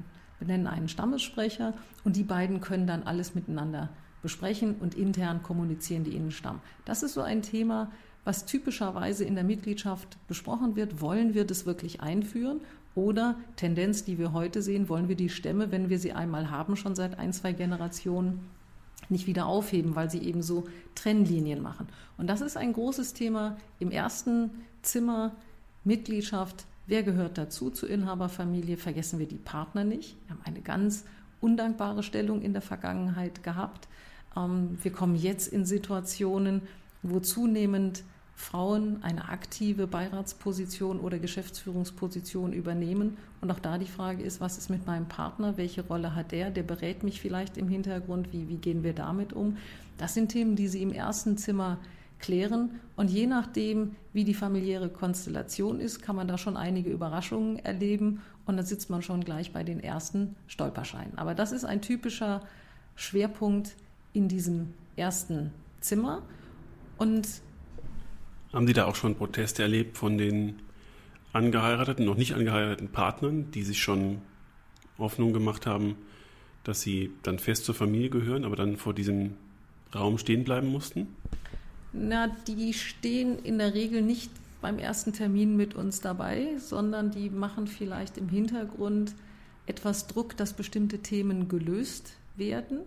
einen Stammessprecher, und die beiden können dann alles miteinander besprechen und intern kommunizieren die in den Stamm. Das ist so ein Thema, was typischerweise in der Mitgliedschaft besprochen wird. Wollen wir das wirklich einführen? Oder Tendenz, die wir heute sehen, wollen wir die Stämme, wenn wir sie einmal haben, schon seit 1-2 Generationen, nicht wieder aufheben, weil sie eben so Trennlinien machen. Und das ist ein großes Thema im ersten Zimmer, Mitgliedschaft. Wer gehört dazu zur Inhaberfamilie? Vergessen wir die Partner nicht. Wir haben eine ganz undankbare Stellung in der Vergangenheit gehabt. Wir kommen jetzt in Situationen, wo zunehmend Frauen eine aktive Beiratsposition oder Geschäftsführungsposition übernehmen. Und auch da die Frage ist, was ist mit meinem Partner? Welche Rolle hat der? Der berät mich vielleicht im Hintergrund. Wie gehen wir damit um? Das sind Themen, die Sie im ersten Zimmer klären. Und je nachdem, wie die familiäre Konstellation ist, kann man da schon einige Überraschungen erleben. Und dann sitzt man schon gleich bei den ersten Stolperscheinen. Aber das ist ein typischer Schwerpunkt in diesem ersten Zimmer. Und haben Sie da auch schon Proteste erlebt von den angeheirateten, noch nicht angeheirateten Partnern, die sich schon Hoffnung gemacht haben, dass sie dann fest zur Familie gehören, aber dann vor diesem Raum stehen bleiben mussten? Na, die stehen in der Regel nicht beim ersten Termin mit uns dabei, sondern die machen vielleicht im Hintergrund etwas Druck, dass bestimmte Themen gelöst werden.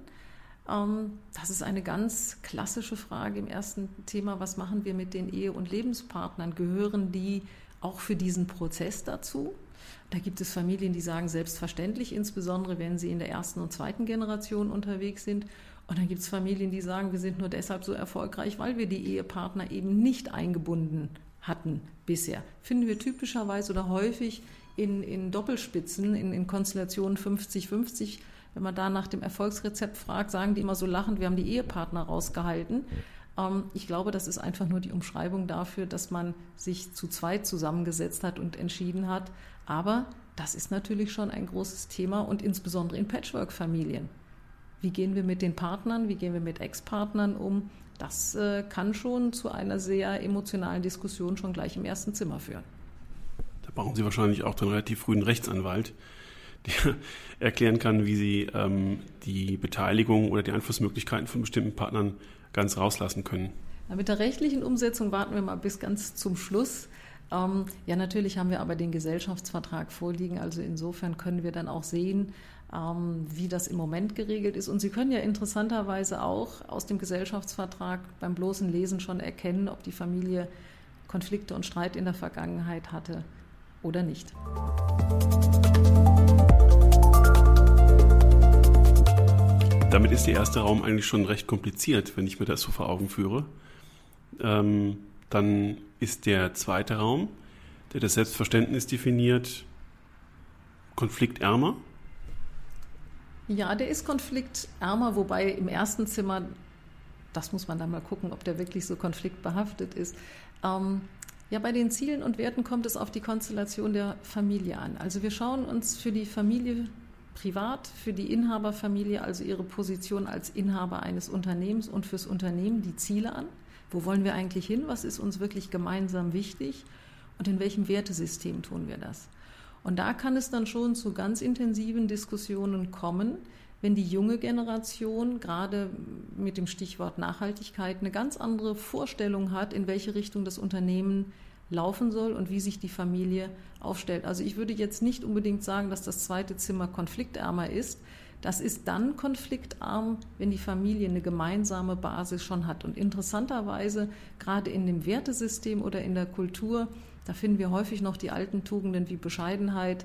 Das ist eine ganz klassische Frage im ersten Thema. Was machen wir mit den Ehe- und Lebenspartnern? Gehören die auch für diesen Prozess dazu? Da gibt es Familien, die sagen, selbstverständlich, insbesondere wenn sie in der ersten und zweiten Generation unterwegs sind. Und dann gibt es Familien, die sagen, wir sind nur deshalb so erfolgreich, weil wir die Ehepartner eben nicht eingebunden hatten bisher. Finden wir typischerweise oder häufig in Doppelspitzen, in Konstellationen 50-50. Wenn man da nach dem Erfolgsrezept fragt, sagen die immer so lachend, wir haben die Ehepartner rausgehalten. Ich glaube, das ist einfach nur die Umschreibung dafür, dass man sich zu zweit zusammengesetzt hat und entschieden hat. Aber das ist natürlich schon ein großes Thema und insbesondere in Patchwork-Familien. Wie gehen wir mit den Partnern, wie gehen wir mit Ex-Partnern um? Das kann schon zu einer sehr emotionalen Diskussion schon gleich im ersten Zimmer führen. Da brauchen Sie wahrscheinlich auch den relativ frühen Rechtsanwalt, erklären kann, wie sie die Beteiligung oder die Einflussmöglichkeiten von bestimmten Partnern ganz rauslassen können. Mit der rechtlichen Umsetzung warten wir mal bis ganz zum Schluss. Ja, natürlich haben wir aber den Gesellschaftsvertrag vorliegen. Also insofern können wir dann auch sehen, wie das im Moment geregelt ist. Und Sie können ja interessanterweise auch aus dem Gesellschaftsvertrag beim bloßen Lesen schon erkennen, ob die Familie Konflikte und Streit in der Vergangenheit hatte oder nicht. Damit ist der erste Raum eigentlich schon recht kompliziert, wenn ich mir das so vor Augen führe. Dann ist der zweite Raum, der das Selbstverständnis definiert, konfliktärmer. Ja, der ist konfliktärmer, wobei im ersten Zimmer, das muss man dann mal gucken, ob der wirklich so konfliktbehaftet ist. Ja, bei den Zielen und Werten kommt es auf die Konstellation der Familie an. Also wir schauen uns für die Familie privat, für die Inhaberfamilie, also ihre Position als Inhaber eines Unternehmens und fürs Unternehmen die Ziele an. Wo wollen wir eigentlich hin? Was ist uns wirklich gemeinsam wichtig? Und in welchem Wertesystem tun wir das? Und da kann es dann schon zu ganz intensiven Diskussionen kommen, wenn die junge Generation gerade mit dem Stichwort Nachhaltigkeit eine ganz andere Vorstellung hat, in welche Richtung das Unternehmen laufen soll und wie sich die Familie aufstellt. Also ich würde jetzt nicht unbedingt sagen, dass das zweite Zimmer konfliktärmer ist. Das ist dann konfliktarm, wenn die Familie eine gemeinsame Basis schon hat. Und interessanterweise, gerade in dem Wertesystem oder in der Kultur, da finden wir häufig noch die alten Tugenden wie Bescheidenheit,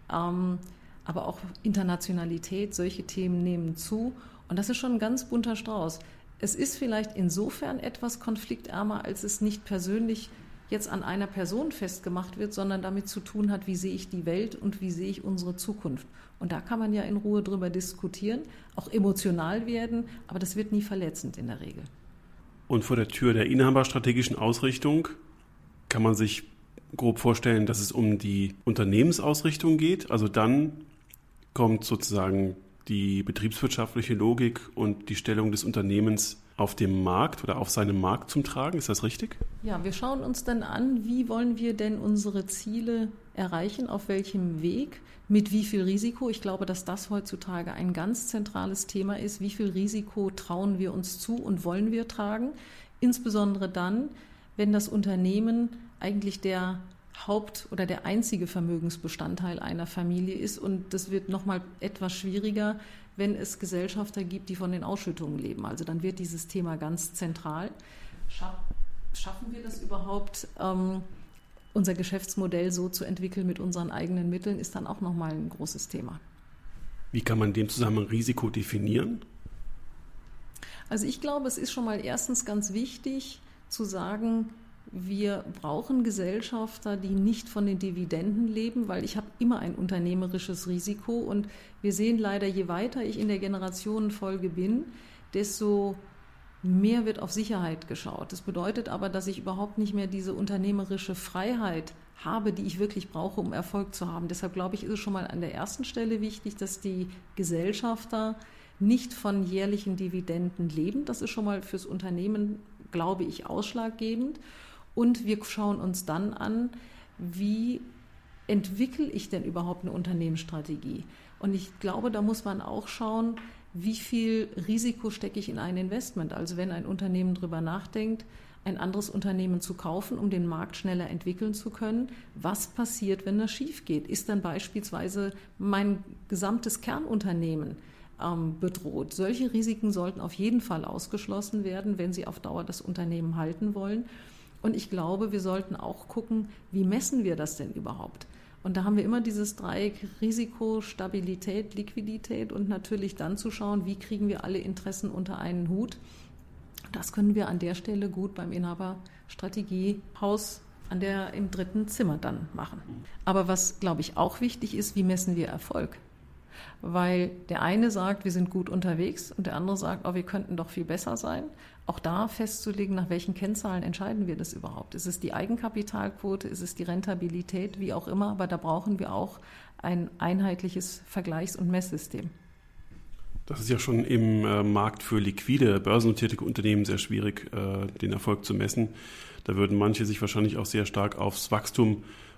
aber auch Internationalität. Solche Themen nehmen zu. Und das ist schon ein ganz bunter Strauß. Es ist vielleicht insofern etwas konfliktärmer, als es nicht persönlich jetzt an einer Person festgemacht wird, sondern damit zu tun hat, wie sehe ich die Welt und wie sehe ich unsere Zukunft. Und da kann man ja in Ruhe drüber diskutieren, auch emotional werden, aber das wird nie verletzend in der Regel. Und vor der Tür der inhaberstrategischen Ausrichtung kann man sich grob vorstellen, dass es um die Unternehmensausrichtung geht. Also dann kommt sozusagen die betriebswirtschaftliche Logik und die Stellung des Unternehmens auf dem Markt oder auf seinem Markt zum Tragen. Ist das richtig? Ja, wir schauen uns dann an, wie wollen wir denn unsere Ziele erreichen, auf welchem Weg, mit wie viel Risiko. Ich glaube, dass das heutzutage ein ganz zentrales Thema ist. Wie viel Risiko trauen wir uns zu und wollen wir tragen? Insbesondere dann, wenn das Unternehmen eigentlich der Haupt- oder der einzige Vermögensbestandteil einer Familie ist. Und das wird nochmal etwas schwieriger, wenn es Gesellschafter gibt, die von den Ausschüttungen leben. Also dann wird dieses Thema ganz zentral. Schaffen wir das überhaupt, unser Geschäftsmodell so zu entwickeln mit unseren eigenen Mitteln, ist dann auch nochmal ein großes Thema. Wie kann man in dem Zusammenhang Risiko definieren? Also ich glaube, es ist schon mal erstens ganz wichtig zu sagen, wir brauchen Gesellschafter, die nicht von den Dividenden leben, weil ich habe immer ein unternehmerisches Risiko und wir sehen leider, je weiter ich in der Generationenfolge bin, desto mehr wird auf Sicherheit geschaut. Das bedeutet aber, dass ich überhaupt nicht mehr diese unternehmerische Freiheit habe, die ich wirklich brauche, um Erfolg zu haben. Deshalb glaube ich, ist es schon mal an der ersten Stelle wichtig, dass die Gesellschafter nicht von jährlichen Dividenden leben. Das ist schon mal fürs Unternehmen, glaube ich, ausschlaggebend. Und wir schauen uns dann an, wie entwickle ich denn überhaupt eine Unternehmensstrategie? Und ich glaube, da muss man auch schauen, wie viel Risiko stecke ich in ein Investment? Also wenn ein Unternehmen darüber nachdenkt, ein anderes Unternehmen zu kaufen, um den Markt schneller entwickeln zu können, was passiert, wenn das schief geht? Ist dann beispielsweise mein gesamtes Kernunternehmen bedroht? Solche Risiken sollten auf jeden Fall ausgeschlossen werden, wenn Sie auf Dauer das Unternehmen halten wollen. Und ich glaube, wir sollten auch gucken, wie messen wir das denn überhaupt? Und da haben wir immer dieses Dreieck Risiko, Stabilität, Liquidität und natürlich dann zu schauen, wie kriegen wir alle Interessen unter einen Hut. Das können wir an der Stelle gut beim Inhaberstrategiehaus im 3. Zimmer dann machen. Aber was, glaube ich, auch wichtig ist, wie messen wir Erfolg? Weil der eine sagt, wir sind gut unterwegs und der andere sagt, wir könnten doch viel besser sein. Auch da festzulegen, nach welchen Kennzahlen entscheiden wir das überhaupt? Ist es die Eigenkapitalquote, ist es die Rentabilität, wie auch immer, aber da brauchen wir auch ein einheitliches Vergleichs- und Messsystem. Das ist ja schon im Markt für liquide, börsennotierte Unternehmen sehr schwierig, den Erfolg zu messen. Da würden manche sich wahrscheinlich auch sehr stark aufs Wachstum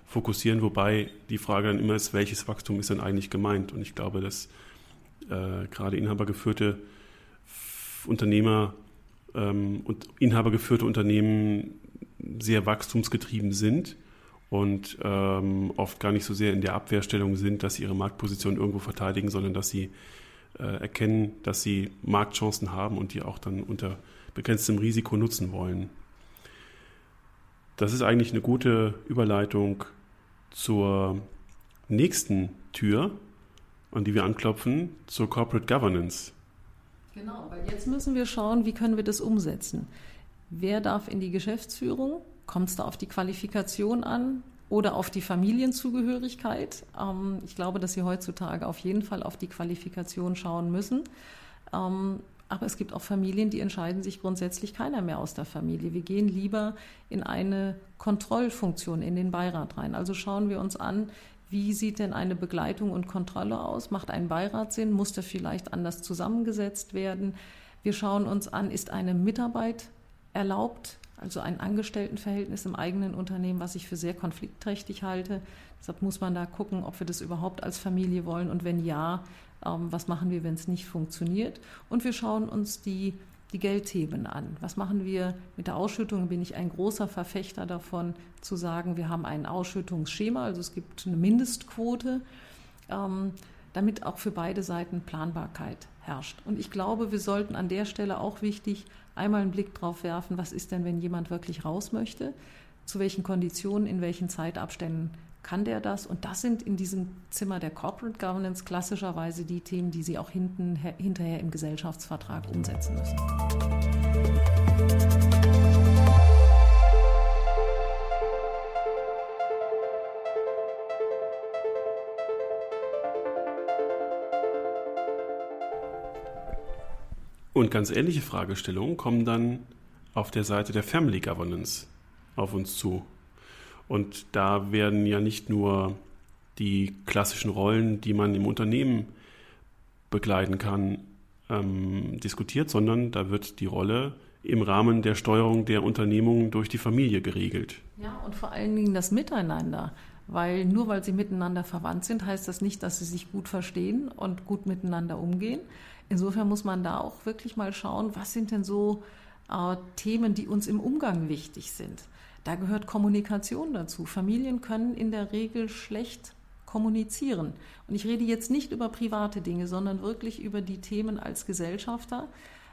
fokussieren, wobei die Frage dann immer ist, welches Wachstum ist denn eigentlich gemeint? Und ich glaube, dass gerade inhabergeführte Unternehmer und inhabergeführte Unternehmen sehr wachstumsgetrieben sind und oft gar nicht so sehr in der Abwehrstellung sind, dass sie ihre Marktposition irgendwo verteidigen, sondern dass sie erkennen, dass sie Marktchancen haben und die auch dann unter begrenztem Risiko nutzen wollen. Das ist eigentlich eine gute Überleitung zur nächsten Tür, an die wir anklopfen, zur Corporate Governance. Genau, weil jetzt müssen wir schauen, wie können wir das umsetzen. Wer darf in die Geschäftsführung? Kommt es da auf die Qualifikation an oder auf die Familienzugehörigkeit? Ich glaube, dass Sie heutzutage auf jeden Fall auf die Qualifikation schauen müssen. Aber es gibt auch Familien, die entscheiden sich grundsätzlich keiner mehr aus der Familie. Wir gehen lieber in eine Kontrollfunktion in den Beirat rein. Also schauen wir uns an, wie sieht denn eine Begleitung und Kontrolle aus? Macht ein Beirat Sinn? Muss der vielleicht anders zusammengesetzt werden? Wir schauen uns an, ist eine Mitarbeit erlaubt? Also ein Angestelltenverhältnis im eigenen Unternehmen, was ich für sehr konfliktträchtig halte. Deshalb muss man da gucken, ob wir das überhaupt als Familie wollen und wenn ja, was machen wir, wenn es nicht funktioniert? Und wir schauen uns die Geldthemen an. Was machen wir mit der Ausschüttung? Bin ich ein großer Verfechter davon, zu sagen, wir haben ein Ausschüttungsschema, also es gibt eine Mindestquote, damit auch für beide Seiten Planbarkeit herrscht. Und ich glaube, wir sollten an der Stelle auch wichtig einmal einen Blick drauf werfen, was ist denn, wenn jemand wirklich raus möchte, zu welchen Konditionen, in welchen Zeitabständen kann der das? Und das sind in diesem Zimmer der Corporate Governance klassischerweise die Themen, die Sie auch hinterher im Gesellschaftsvertrag umsetzen müssen. Und ganz ähnliche Fragestellungen kommen dann auf der Seite der Family Governance auf uns zu. Und da werden ja nicht nur die klassischen Rollen, die man im Unternehmen begleiten kann, diskutiert, sondern da wird die Rolle im Rahmen der Steuerung der Unternehmung durch die Familie geregelt. Ja, und vor allen Dingen das Miteinander. Weil nur weil sie miteinander verwandt sind, heißt das nicht, dass sie sich gut verstehen und gut miteinander umgehen. Insofern muss man da auch wirklich mal schauen, was sind denn so Themen, die uns im Umgang wichtig sind. Da gehört Kommunikation dazu. Familien können in der Regel schlecht kommunizieren. Und ich rede jetzt nicht über private Dinge, sondern wirklich über die Themen als Gesellschafter.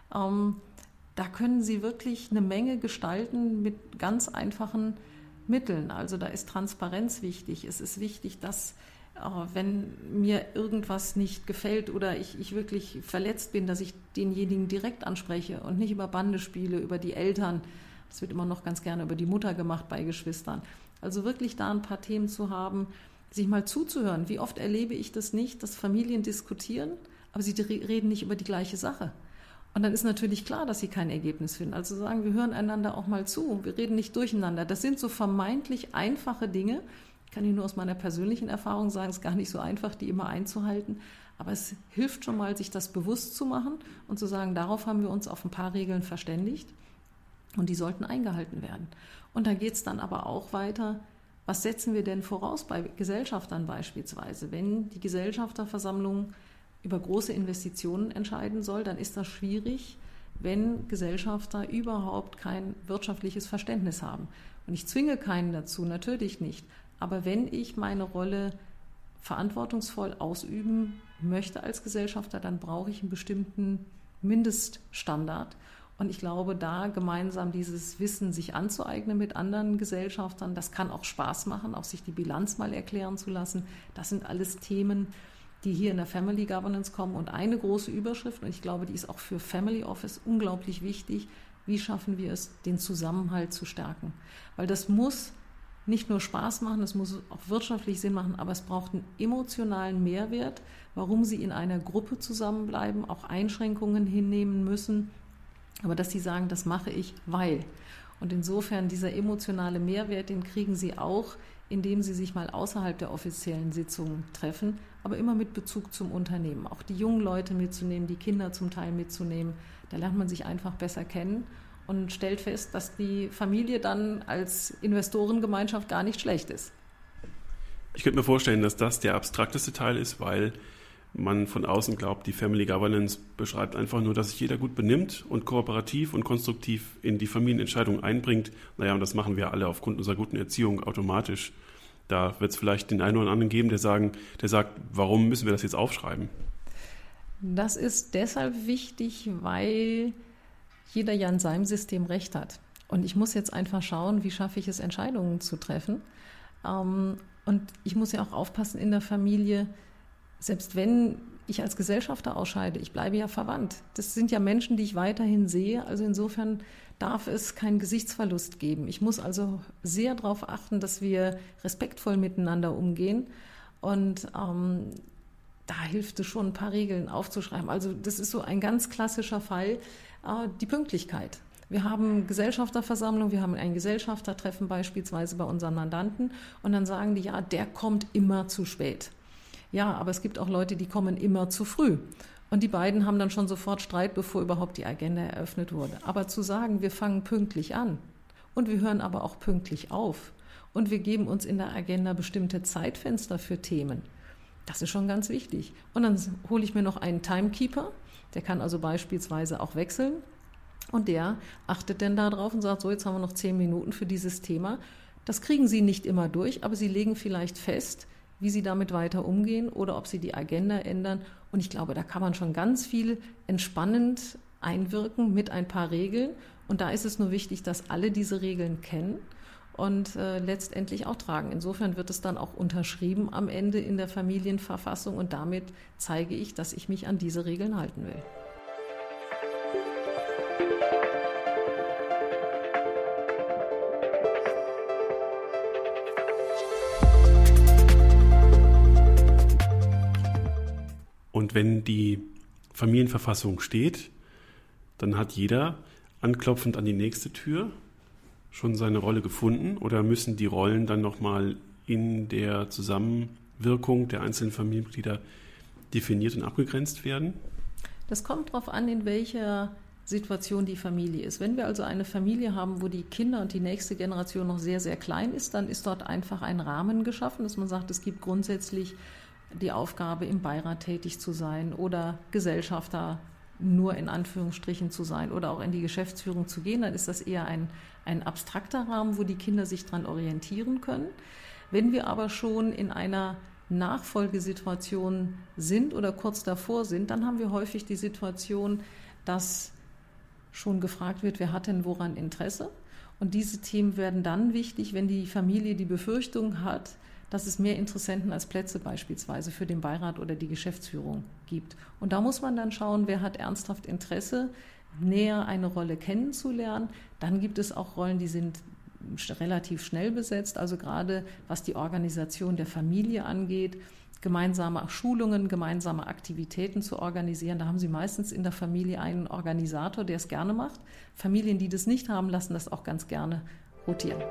Da können sie wirklich eine Menge gestalten mit ganz einfachen Mitteln. Also da ist Transparenz wichtig. Es ist wichtig, dass wenn mir irgendwas nicht gefällt oder ich wirklich verletzt bin, dass ich denjenigen direkt anspreche und nicht über Bande spiele, über die Eltern. Das wird immer noch ganz gerne über die Mutter gemacht bei Geschwistern. Also wirklich da ein paar Themen zu haben, sich mal zuzuhören. Wie oft erlebe ich das nicht, dass Familien diskutieren, aber sie reden nicht über die gleiche Sache. Und dann ist natürlich klar, dass sie kein Ergebnis finden. Also sagen, wir hören einander auch mal zu, wir reden nicht durcheinander. Das sind so vermeintlich einfache Dinge. Ich kann Ihnen nur aus meiner persönlichen Erfahrung sagen, es ist gar nicht so einfach, die immer einzuhalten. Aber es hilft schon mal, sich das bewusst zu machen und zu sagen, darauf haben wir uns auf ein paar Regeln verständigt. Und die sollten eingehalten werden. Und da geht es dann aber auch weiter, was setzen wir denn voraus bei Gesellschaftern beispielsweise? Wenn die Gesellschafterversammlung über große Investitionen entscheiden soll, dann ist das schwierig, wenn Gesellschafter überhaupt kein wirtschaftliches Verständnis haben. Und ich zwinge keinen dazu, natürlich nicht. Aber wenn ich meine Rolle verantwortungsvoll ausüben möchte als Gesellschafter, dann brauche ich einen bestimmten Mindeststandard. Und ich glaube, da gemeinsam dieses Wissen sich anzueignen mit anderen Gesellschaftern, das kann auch Spaß machen, auch sich die Bilanz mal erklären zu lassen. Das sind alles Themen, die hier in der Family Governance kommen. Und eine große Überschrift, und ich glaube, die ist auch für Family Office unglaublich wichtig, wie schaffen wir es, den Zusammenhalt zu stärken? Weil das muss nicht nur Spaß machen, es muss auch wirtschaftlich Sinn machen, aber es braucht einen emotionalen Mehrwert, warum sie in einer Gruppe zusammenbleiben, auch Einschränkungen hinnehmen müssen. Aber dass sie sagen, das mache ich, weil. Und insofern dieser emotionale Mehrwert, den kriegen sie auch, indem sie sich mal außerhalb der offiziellen Sitzungen treffen, aber immer mit Bezug zum Unternehmen. Auch die jungen Leute mitzunehmen, die Kinder zum Teil mitzunehmen. Da lernt man sich einfach besser kennen und stellt fest, dass die Familie dann als Investorengemeinschaft gar nicht schlecht ist. Ich könnte mir vorstellen, dass das der abstrakteste Teil ist, weil man von außen glaubt, die Family Governance beschreibt einfach nur, dass sich jeder gut benimmt und kooperativ und konstruktiv in die Familienentscheidung einbringt. Naja, und das machen wir alle aufgrund unserer guten Erziehung automatisch. Da wird es vielleicht den einen oder anderen geben, der sagt, warum müssen wir das jetzt aufschreiben? Das ist deshalb wichtig, weil jeder ja in seinem System Recht hat. Und ich muss jetzt einfach schauen, wie schaffe ich es, Entscheidungen zu treffen. Und ich muss ja auch aufpassen in der Familie, selbst wenn ich als Gesellschafter ausscheide, ich bleibe ja verwandt. Das sind ja Menschen, die ich weiterhin sehe. Also insofern darf es keinen Gesichtsverlust geben. Ich muss also sehr darauf achten, dass wir respektvoll miteinander umgehen. Und da hilft es schon, ein paar Regeln aufzuschreiben. Also das ist so ein ganz klassischer Fall, die Pünktlichkeit. Wir haben Gesellschafterversammlung, wir haben ein Gesellschaftertreffen beispielsweise bei unseren Mandanten und dann sagen die, ja, der kommt immer zu spät. Ja, aber es gibt auch Leute, die kommen immer zu früh. Und die beiden haben dann schon sofort Streit, bevor überhaupt die Agenda eröffnet wurde. Aber zu sagen, wir fangen pünktlich an und wir hören aber auch pünktlich auf und wir geben uns in der Agenda bestimmte Zeitfenster für Themen, das ist schon ganz wichtig. Und dann hole ich mir noch einen Timekeeper, der kann also beispielsweise auch wechseln und der achtet dann darauf und sagt, so, jetzt haben wir noch 10 Minuten für dieses Thema. Das kriegen Sie nicht immer durch, aber Sie legen vielleicht fest, wie Sie damit weiter umgehen oder ob Sie die Agenda ändern. Und ich glaube, da kann man schon ganz viel entspannend einwirken mit ein paar Regeln. Und da ist es nur wichtig, dass alle diese Regeln kennen und letztendlich auch tragen. Insofern wird es dann auch unterschrieben am Ende in der Familienverfassung und damit zeige ich, dass ich mich an diese Regeln halten will. Und wenn die Familienverfassung steht, dann hat jeder anklopfend an die nächste Tür schon seine Rolle gefunden oder müssen die Rollen dann nochmal in der Zusammenwirkung der einzelnen Familienmitglieder definiert und abgegrenzt werden? Das kommt darauf an, in welcher Situation die Familie ist. Wenn wir also eine Familie haben, wo die Kinder und die nächste Generation noch sehr, sehr klein ist, dann ist dort einfach ein Rahmen geschaffen, dass man sagt, es gibt grundsätzlich die Aufgabe, im Beirat tätig zu sein oder Gesellschafter nur in Anführungsstrichen zu sein oder auch in die Geschäftsführung zu gehen, dann ist das eher ein abstrakter Rahmen, wo die Kinder sich dran orientieren können. Wenn wir aber schon in einer Nachfolgesituation sind oder kurz davor sind, dann haben wir häufig die Situation, dass schon gefragt wird, wer hat denn woran Interesse? Und diese Themen werden dann wichtig, wenn die Familie die Befürchtung hat, dass es mehr Interessenten als Plätze beispielsweise für den Beirat oder die Geschäftsführung gibt. Und da muss man dann schauen, wer hat ernsthaft Interesse, näher eine Rolle kennenzulernen. Dann gibt es auch Rollen, die sind relativ schnell besetzt, also gerade was die Organisation der Familie angeht, gemeinsame Schulungen, gemeinsame Aktivitäten zu organisieren. Da haben Sie meistens in der Familie einen Organisator, der es gerne macht. Familien, die das nicht haben, lassen das auch ganz gerne rotieren.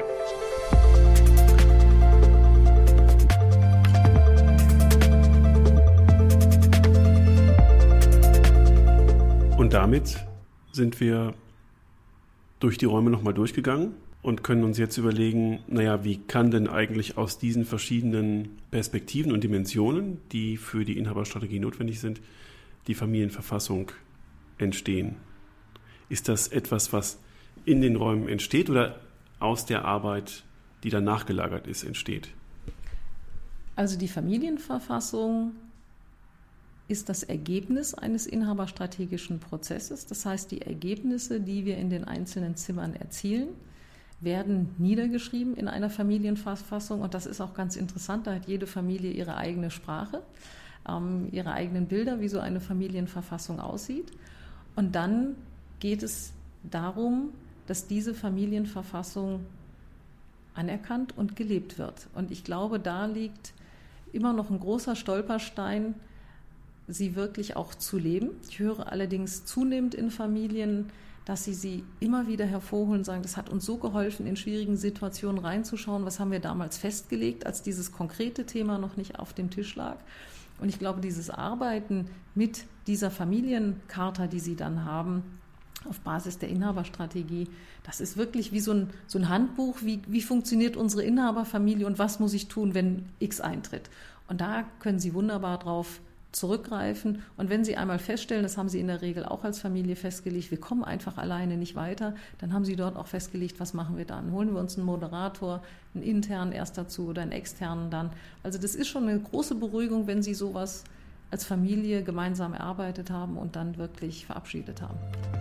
Und damit sind wir durch die Räume nochmal durchgegangen und können uns jetzt überlegen, naja, wie kann denn eigentlich aus diesen verschiedenen Perspektiven und Dimensionen, die für die Inhaberstrategie notwendig sind, die Familienverfassung entstehen? Ist das etwas, was in den Räumen entsteht oder aus der Arbeit, die dann nachgelagert ist, entsteht? Also die Familienverfassung ist das Ergebnis eines inhaberstrategischen Prozesses. Das heißt, die Ergebnisse, die wir in den einzelnen Zimmern erzielen, werden niedergeschrieben in einer Familienverfassung. Und das ist auch ganz interessant, da hat jede Familie ihre eigene Sprache, ihre eigenen Bilder, wie so eine Familienverfassung aussieht. Und dann geht es darum, dass diese Familienverfassung anerkannt und gelebt wird. Und ich glaube, da liegt immer noch ein großer Stolperstein, sie wirklich auch zu leben. Ich höre allerdings zunehmend in Familien, dass sie immer wieder hervorholen und sagen, das hat uns so geholfen, in schwierigen Situationen reinzuschauen, was haben wir damals festgelegt, als dieses konkrete Thema noch nicht auf dem Tisch lag. Und ich glaube, dieses Arbeiten mit dieser Familiencharta, die sie dann haben, auf Basis der Inhaberstrategie. Das ist wirklich wie so ein Handbuch, wie funktioniert unsere Inhaberfamilie und was muss ich tun, wenn X eintritt. Und da können Sie wunderbar drauf zurückgreifen. Und wenn Sie einmal feststellen, das haben Sie in der Regel auch als Familie festgelegt, wir kommen einfach alleine nicht weiter, dann haben Sie dort auch festgelegt, was machen wir dann? Holen wir uns einen Moderator, einen internen erst dazu oder einen externen dann. Also das ist schon eine große Beruhigung, wenn Sie sowas als Familie gemeinsam erarbeitet haben und dann wirklich verabschiedet haben.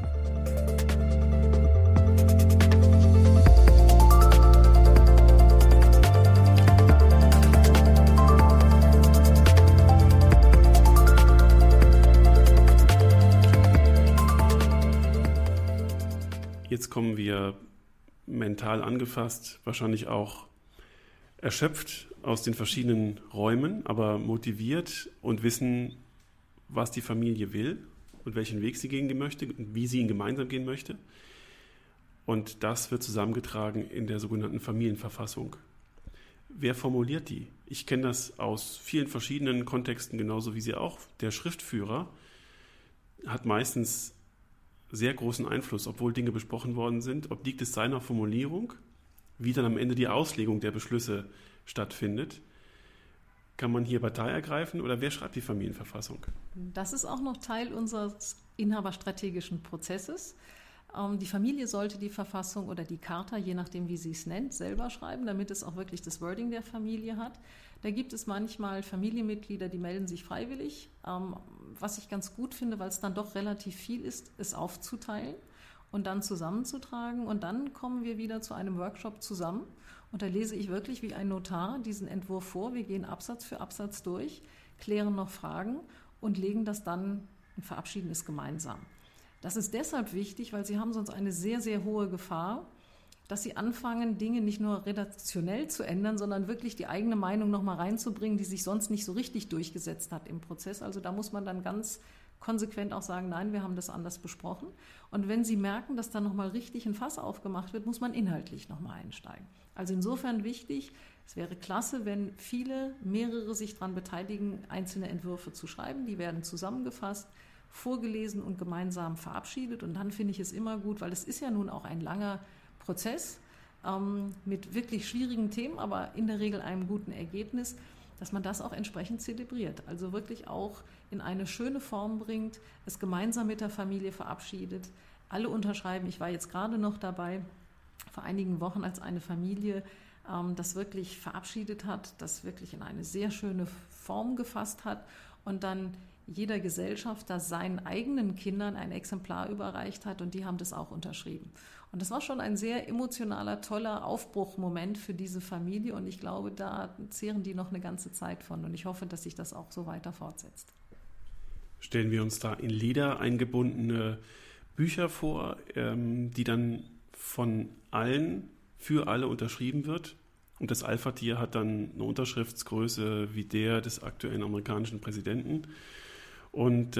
Jetzt kommen wir mental angefasst, wahrscheinlich auch erschöpft aus den verschiedenen Räumen, aber motiviert und wissen, was die Familie will und welchen Weg sie gehen möchte und wie sie ihn gemeinsam gehen möchte. Und das wird zusammengetragen in der sogenannten Familienverfassung. Wer formuliert die? Ich kenne das aus vielen verschiedenen Kontexten, genauso wie Sie auch. Der Schriftführer hat meistens sehr großen Einfluss, obwohl Dinge besprochen worden sind. Obliegt es seiner Formulierung, wie dann am Ende die Auslegung der Beschlüsse stattfindet. Kann man hier Partei ergreifen oder wer schreibt die Familienverfassung? Das ist auch noch Teil unseres inhaberstrategischen Prozesses. Die Familie sollte die Verfassung oder die Charta, je nachdem wie sie es nennt, selber schreiben, damit es auch wirklich das Wording der Familie hat. Da gibt es manchmal Familienmitglieder, die melden sich freiwillig. Was ich ganz gut finde, weil es dann doch relativ viel ist, es aufzuteilen und dann zusammenzutragen. Und dann kommen wir wieder zu einem Workshop zusammen. Und da lese ich wirklich wie ein Notar diesen Entwurf vor. Wir gehen Absatz für Absatz durch, klären noch Fragen und legen das dann und verabschieden es gemeinsam. Das ist deshalb wichtig, weil Sie haben sonst eine sehr, sehr hohe Gefahr, dass Sie anfangen, Dinge nicht nur redaktionell zu ändern, sondern wirklich die eigene Meinung nochmal reinzubringen, die sich sonst nicht so richtig durchgesetzt hat im Prozess. Also da muss man dann ganz konsequent auch sagen, nein, wir haben das anders besprochen. Und wenn Sie merken, dass da nochmal richtig ein Fass aufgemacht wird, muss man inhaltlich nochmal einsteigen. Also insofern wichtig, es wäre klasse, wenn mehrere sich daran beteiligen, einzelne Entwürfe zu schreiben. Die werden zusammengefasst, vorgelesen und gemeinsam verabschiedet. Und dann finde ich es immer gut, weil es ist ja nun auch ein langer Prozess mit wirklich schwierigen Themen, aber in der Regel einem guten Ergebnis, dass man das auch entsprechend zelebriert. Also wirklich auch in eine schöne Form bringt, es gemeinsam mit der Familie verabschiedet, alle unterschreiben. Ich war jetzt gerade noch dabei, vor einigen Wochen, als eine Familie das wirklich verabschiedet hat, das wirklich in eine sehr schöne Form gefasst hat und dann jeder Gesellschafter seinen eigenen Kindern ein Exemplar überreicht hat und die haben das auch unterschrieben. Und das war schon ein sehr emotionaler, toller Aufbruchmoment für diese Familie und ich glaube, da zehren die noch eine ganze Zeit von und ich hoffe, dass sich das auch so weiter fortsetzt. Stellen wir uns da in Leder eingebundene Bücher vor, die dann von allen für alle unterschrieben wird und das Alpha-Tier hat dann eine Unterschriftsgröße wie der des aktuellen amerikanischen Präsidenten. Und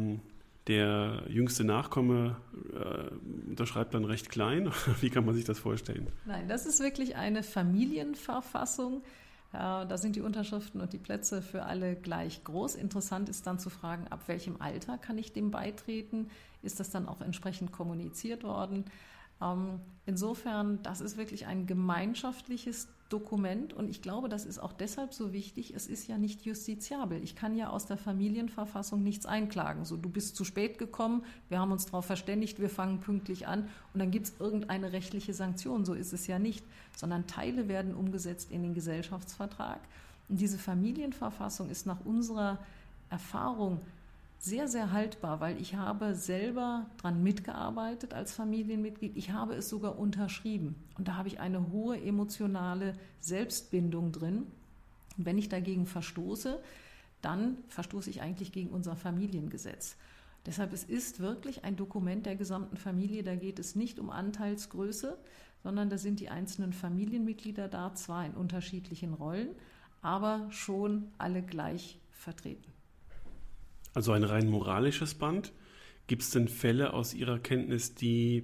der jüngste Nachkomme unterschreibt dann recht klein. Wie kann man sich das vorstellen? Nein, das ist wirklich eine Familienverfassung. Da sind die Unterschriften und die Plätze für alle gleich groß. Interessant ist dann zu fragen, ab welchem Alter kann ich dem beitreten? Ist das dann auch entsprechend kommuniziert worden? Insofern, das ist wirklich ein gemeinschaftliches Dokument und ich glaube, das ist auch deshalb so wichtig, es ist ja nicht justiziabel. Ich kann ja aus der Familienverfassung nichts einklagen. So, du bist zu spät gekommen, wir haben uns darauf verständigt, wir fangen pünktlich an und dann gibt es irgendeine rechtliche Sanktion. So ist es ja nicht, sondern Teile werden umgesetzt in den Gesellschaftsvertrag. Und diese Familienverfassung ist nach unserer Erfahrung sehr, sehr haltbar, weil ich habe selber daran mitgearbeitet als Familienmitglied. Ich habe es sogar unterschrieben. Und da habe ich eine hohe emotionale Selbstbindung drin. Und wenn ich dagegen verstoße, dann verstoße ich eigentlich gegen unser Familiengesetz. Deshalb es ist wirklich ein Dokument der gesamten Familie. Da geht es nicht um Anteilsgröße, sondern da sind die einzelnen Familienmitglieder da, zwar in unterschiedlichen Rollen, aber schon alle gleich vertreten. Also ein rein moralisches Band. Gibt es denn Fälle aus Ihrer Kenntnis, die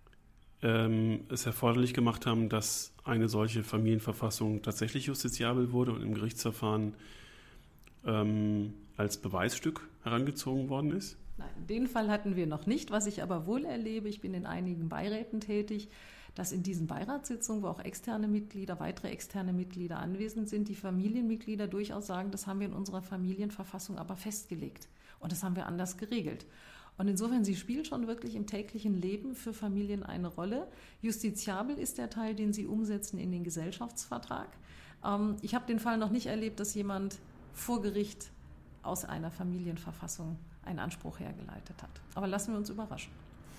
es erforderlich gemacht haben, dass eine solche Familienverfassung tatsächlich justiziabel wurde und im Gerichtsverfahren als Beweisstück herangezogen worden ist? Nein, den Fall hatten wir noch nicht. Was ich aber wohl erlebe, ich bin in einigen Beiräten tätig, dass in diesen Beiratssitzungen, wo auch weitere externe Mitglieder anwesend sind, die Familienmitglieder durchaus sagen, das haben wir in unserer Familienverfassung aber festgelegt und das haben wir anders geregelt. Und insofern, sie spielt schon wirklich im täglichen Leben für Familien eine Rolle. Justiziabel ist der Teil, den sie umsetzen in den Gesellschaftsvertrag. Ich habe den Fall noch nicht erlebt, dass jemand vor Gericht aus einer Familienverfassung einen Anspruch hergeleitet hat. Aber lassen wir uns überraschen.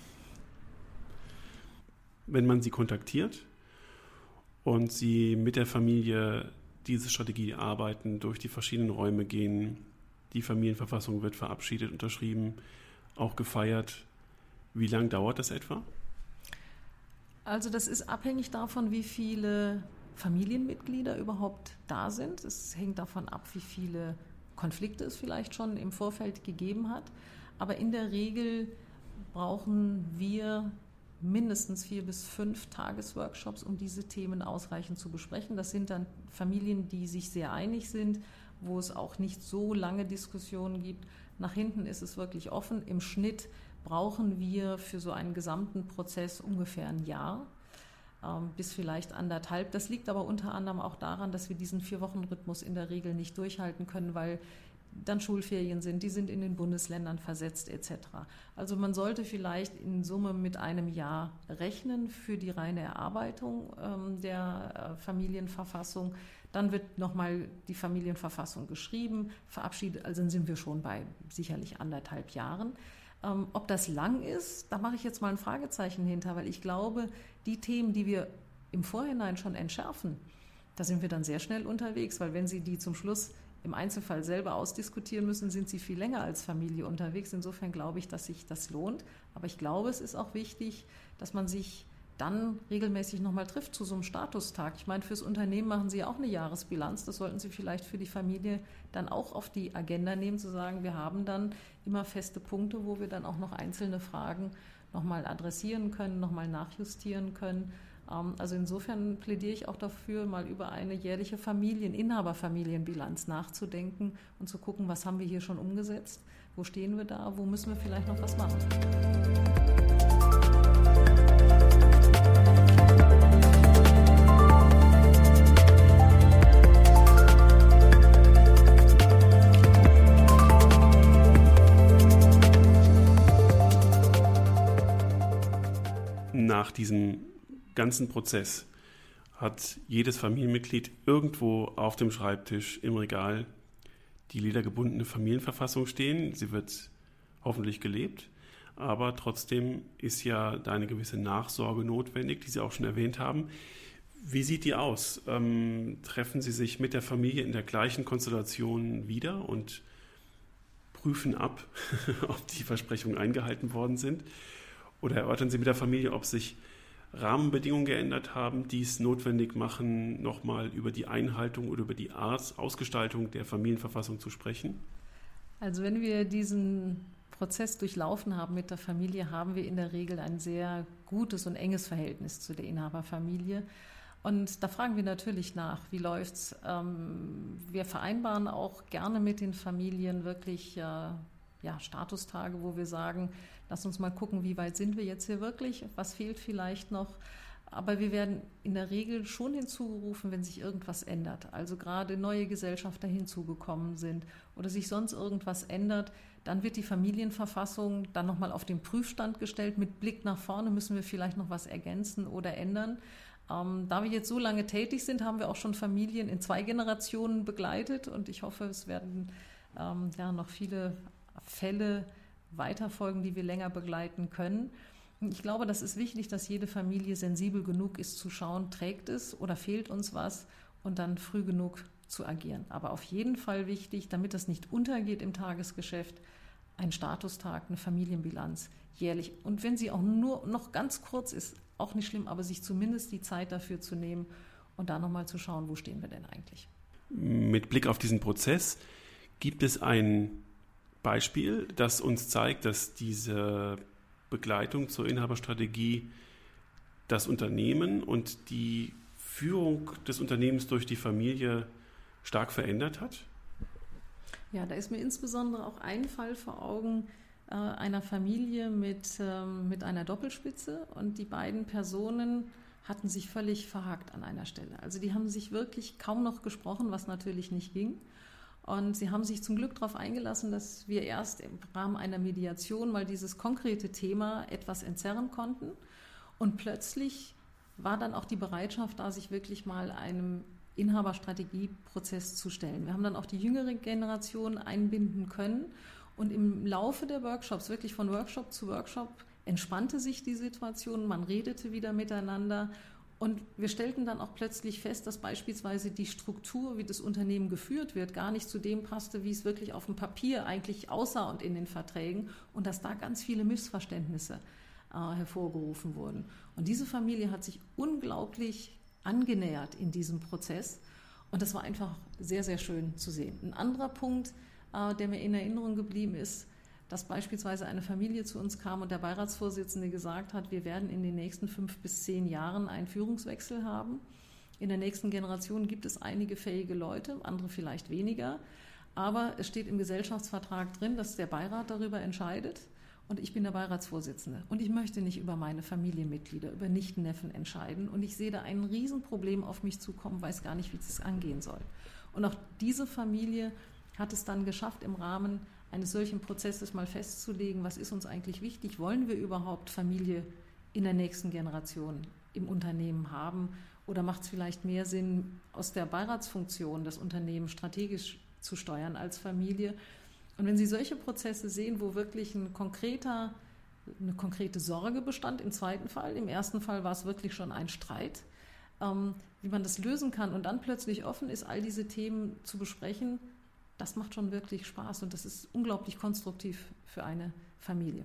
Wenn man sie kontaktiert und sie mit der Familie diese Strategie arbeiten, durch die verschiedenen Räume gehen, die Familienverfassung wird verabschiedet, unterschrieben, auch gefeiert. Wie lange dauert das etwa? Also das ist abhängig davon, wie viele Familienmitglieder überhaupt da sind. Es hängt davon ab, wie viele Konflikte es vielleicht schon im Vorfeld gegeben hat. Aber in der Regel brauchen wir mindestens 4 bis 5 Tagesworkshops, um diese Themen ausreichend zu besprechen. Das sind dann Familien, die sich sehr einig sind, wo es auch nicht so lange Diskussionen gibt. Nach hinten ist es wirklich offen. Im Schnitt brauchen wir für so einen gesamten Prozess ungefähr ein Jahr bis vielleicht 1,5. Das liegt aber unter anderem auch daran, dass wir diesen 4-Wochen-Rhythmus in der Regel nicht durchhalten können, weil dann Schulferien sind, die sind in den Bundesländern versetzt etc. Also man sollte vielleicht in Summe mit einem Jahr rechnen für die reine Erarbeitung der Familienverfassung. Dann wird nochmal die Familienverfassung geschrieben, verabschiedet, also dann sind wir schon bei sicherlich 1,5 Jahren. Ob das lang ist, da mache ich jetzt mal ein Fragezeichen hinter, weil ich glaube, die Themen, die wir im Vorhinein schon entschärfen, da sind wir dann sehr schnell unterwegs, weil wenn Sie die zum Schluss im Einzelfall selber ausdiskutieren müssen, sind Sie viel länger als Familie unterwegs. Insofern glaube ich, dass sich das lohnt. Aber ich glaube, es ist auch wichtig, dass man sich dann regelmäßig nochmal trifft zu so einem Statustag. Ich meine, fürs Unternehmen machen Sie ja auch eine Jahresbilanz. Das sollten Sie vielleicht für die Familie dann auch auf die Agenda nehmen, zu sagen, wir haben dann immer feste Punkte, wo wir dann auch noch einzelne Fragen nochmal adressieren können, nochmal nachjustieren können. Also insofern plädiere ich auch dafür, mal über eine jährliche Inhaberfamilienbilanz nachzudenken und zu gucken, was haben wir hier schon umgesetzt, wo stehen wir da, wo müssen wir vielleicht noch was machen. Nach diesem ganzen Prozess hat jedes Familienmitglied irgendwo auf dem Schreibtisch im Regal die ledergebundene Familienverfassung stehen. Sie wird hoffentlich gelebt, aber trotzdem ist ja da eine gewisse Nachsorge notwendig, die Sie auch schon erwähnt haben. Wie sieht die aus? Treffen Sie sich mit der Familie in der gleichen Konstellation wieder und prüfen ab, ob die Versprechungen eingehalten worden sind? Oder erörtern Sie mit der Familie, ob sich Rahmenbedingungen geändert haben, die es notwendig machen, nochmal über die Einhaltung oder über die Ausgestaltung der Familienverfassung zu sprechen? Also wenn wir diesen Prozess durchlaufen haben mit der Familie, haben wir in der Regel ein sehr gutes und enges Verhältnis zu der Inhaberfamilie. Und da fragen wir natürlich nach, wie läuft's? Wir vereinbaren auch gerne mit den Familien wirklich Statustage, wo wir sagen, lass uns mal gucken, wie weit sind wir jetzt hier wirklich, was fehlt vielleicht noch. Aber wir werden in der Regel schon hinzugerufen, wenn sich irgendwas ändert. Also gerade neue Gesellschafter hinzugekommen sind oder sich sonst irgendwas ändert, dann wird die Familienverfassung dann nochmal auf den Prüfstand gestellt. Mit Blick nach vorne müssen wir vielleicht noch was ergänzen oder ändern. Da wir jetzt so lange tätig sind, haben wir auch schon Familien in 2 Generationen begleitet und ich hoffe, es werden noch viele Fälle weiterfolgen, die wir länger begleiten können. Ich glaube, das ist wichtig, dass jede Familie sensibel genug ist zu schauen, trägt es oder fehlt uns was und dann früh genug zu agieren. Aber auf jeden Fall wichtig, damit das nicht untergeht im Tagesgeschäft, ein Statustag, eine Familienbilanz jährlich. Und wenn sie auch nur noch ganz kurz ist, auch nicht schlimm, aber sich zumindest die Zeit dafür zu nehmen und da nochmal zu schauen, wo stehen wir denn eigentlich. Mit Blick auf diesen Prozess, gibt es ein Beispiel, das uns zeigt, dass diese Begleitung zur Inhaberstrategie das Unternehmen und die Führung des Unternehmens durch die Familie stark verändert hat? Ja, da ist mir insbesondere auch ein Fall vor Augen, einer Familie mit einer Doppelspitze und die beiden Personen hatten sich völlig verhakt an einer Stelle. Also die haben sich wirklich kaum noch gesprochen, was natürlich nicht ging. Und sie haben sich zum Glück darauf eingelassen, dass wir erst im Rahmen einer Mediation mal dieses konkrete Thema etwas entzerren konnten. Und plötzlich war dann auch die Bereitschaft da, sich wirklich mal einem Inhaberstrategieprozess zu stellen. Wir haben dann auch die jüngere Generation einbinden können. Und im Laufe der Workshops, wirklich von Workshop zu Workshop, entspannte sich die Situation, man redete wieder miteinander und wir stellten dann auch plötzlich fest, dass beispielsweise die Struktur, wie das Unternehmen geführt wird, gar nicht zu dem passte, wie es wirklich auf dem Papier eigentlich aussah und in den Verträgen und dass da ganz viele Missverständnisse hervorgerufen wurden. Und diese Familie hat sich unglaublich angenähert in diesem Prozess und das war einfach sehr, sehr schön zu sehen. Ein anderer Punkt, der mir in Erinnerung geblieben ist, dass beispielsweise eine Familie zu uns kam und der Beiratsvorsitzende gesagt hat, wir werden in den nächsten 5 bis 10 Jahren einen Führungswechsel haben. In der nächsten Generation gibt es einige fähige Leute, andere vielleicht weniger. Aber es steht im Gesellschaftsvertrag drin, dass der Beirat darüber entscheidet und ich bin der Beiratsvorsitzende. Und ich möchte nicht über meine Familienmitglieder, über Nichtneffen entscheiden. Und ich sehe da ein Riesenproblem auf mich zukommen, weiß gar nicht, wie es angehen soll. Und auch diese Familie hat es dann geschafft, im Rahmen eines solchen Prozesses mal festzulegen, was ist uns eigentlich wichtig? Wollen wir überhaupt Familie in der nächsten Generation im Unternehmen haben? Oder macht es vielleicht mehr Sinn, aus der Beiratsfunktion das Unternehmen strategisch zu steuern als Familie? Und wenn Sie solche Prozesse sehen, wo wirklich eine konkrete Sorge bestand, im zweiten Fall, im ersten Fall war es wirklich schon ein Streit, wie man das lösen kann und dann plötzlich offen ist, all diese Themen zu besprechen, das macht schon wirklich Spaß und das ist unglaublich konstruktiv für eine Familie.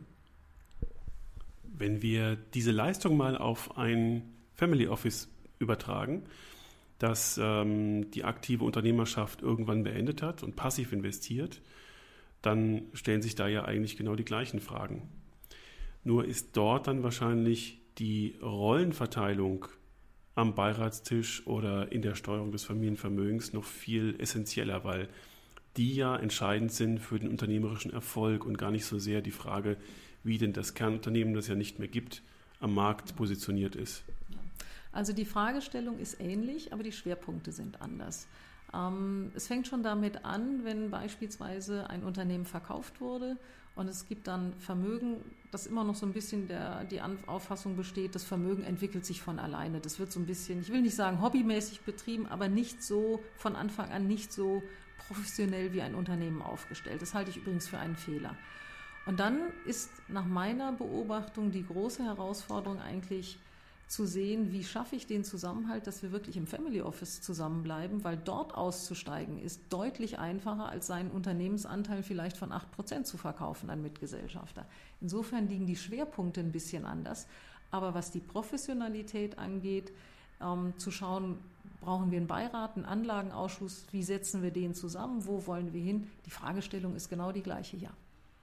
Wenn wir diese Leistung mal auf ein Family Office übertragen, das die aktive Unternehmerschaft irgendwann beendet hat und passiv investiert, dann stellen sich da ja eigentlich genau die gleichen Fragen. Nur ist dort dann wahrscheinlich die Rollenverteilung am Beiratstisch oder in der Steuerung des Familienvermögens noch viel essentieller, weil die ja entscheidend sind für den unternehmerischen Erfolg und gar nicht so sehr die Frage, wie denn das Kernunternehmen, das ja nicht mehr gibt, am Markt positioniert ist. Also die Fragestellung ist ähnlich, aber die Schwerpunkte sind anders. Es fängt schon damit an, wenn beispielsweise ein Unternehmen verkauft wurde und es gibt dann Vermögen, das immer noch so ein bisschen die Auffassung besteht, das Vermögen entwickelt sich von alleine. Das wird so ein bisschen, ich will nicht sagen hobbymäßig betrieben, aber nicht so von Anfang an nicht so professionell wie ein Unternehmen aufgestellt. Das halte ich übrigens für einen Fehler. Und dann ist nach meiner Beobachtung die große Herausforderung eigentlich zu sehen, wie schaffe ich den Zusammenhalt, dass wir wirklich im Family Office zusammenbleiben, weil dort auszusteigen ist deutlich einfacher, als seinen Unternehmensanteil vielleicht von 8% zu verkaufen an Mitgesellschafter. Insofern liegen die Schwerpunkte ein bisschen anders. Aber was die Professionalität angeht, zu schauen, brauchen wir einen Beirat, einen Anlagenausschuss, wie setzen wir den zusammen, wo wollen wir hin? Die Fragestellung ist genau die gleiche, ja.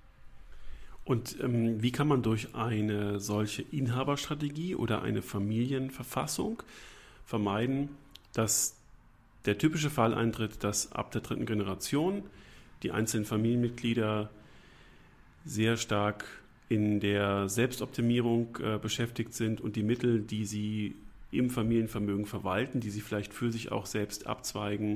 Und wie kann man durch eine solche Inhaberstrategie oder eine Familienverfassung vermeiden, dass der typische Fall eintritt, dass ab der 3. Generation die einzelnen Familienmitglieder sehr stark in der Selbstoptimierung beschäftigt sind und die Mittel, die sie im Familienvermögen verwalten, die sie vielleicht für sich auch selbst abzweigen,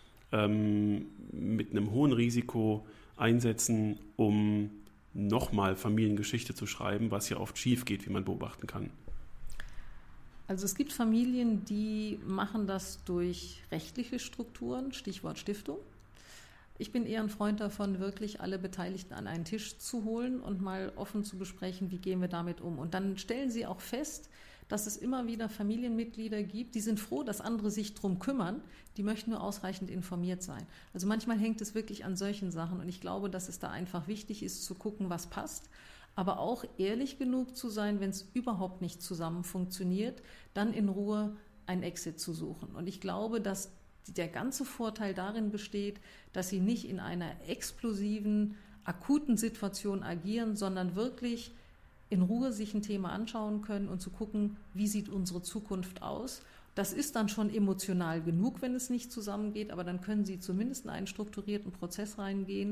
mit einem hohen Risiko einsetzen, um nochmal Familiengeschichte zu schreiben, was ja oft schief geht, wie man beobachten kann. Also es gibt Familien, die machen das durch rechtliche Strukturen, Stichwort Stiftung. Ich bin eher ein Freund davon, wirklich alle Beteiligten an einen Tisch zu holen und mal offen zu besprechen, wie gehen wir damit um. Und dann stellen sie auch fest, dass es immer wieder Familienmitglieder gibt, die sind froh, dass andere sich darum kümmern, die möchten nur ausreichend informiert sein. Also manchmal hängt es wirklich an solchen Sachen und ich glaube, dass es da einfach wichtig ist, zu gucken, was passt, aber auch ehrlich genug zu sein, wenn es überhaupt nicht zusammen funktioniert, dann in Ruhe einen Exit zu suchen. Und ich glaube, dass der ganze Vorteil darin besteht, dass sie nicht in einer explosiven, akuten Situation agieren, sondern wirklich in Ruhe sich ein Thema anschauen können und zu gucken, wie sieht unsere Zukunft aus. Das ist dann schon emotional genug, wenn es nicht zusammengeht, aber dann können Sie zumindest in einen strukturierten Prozess reingehen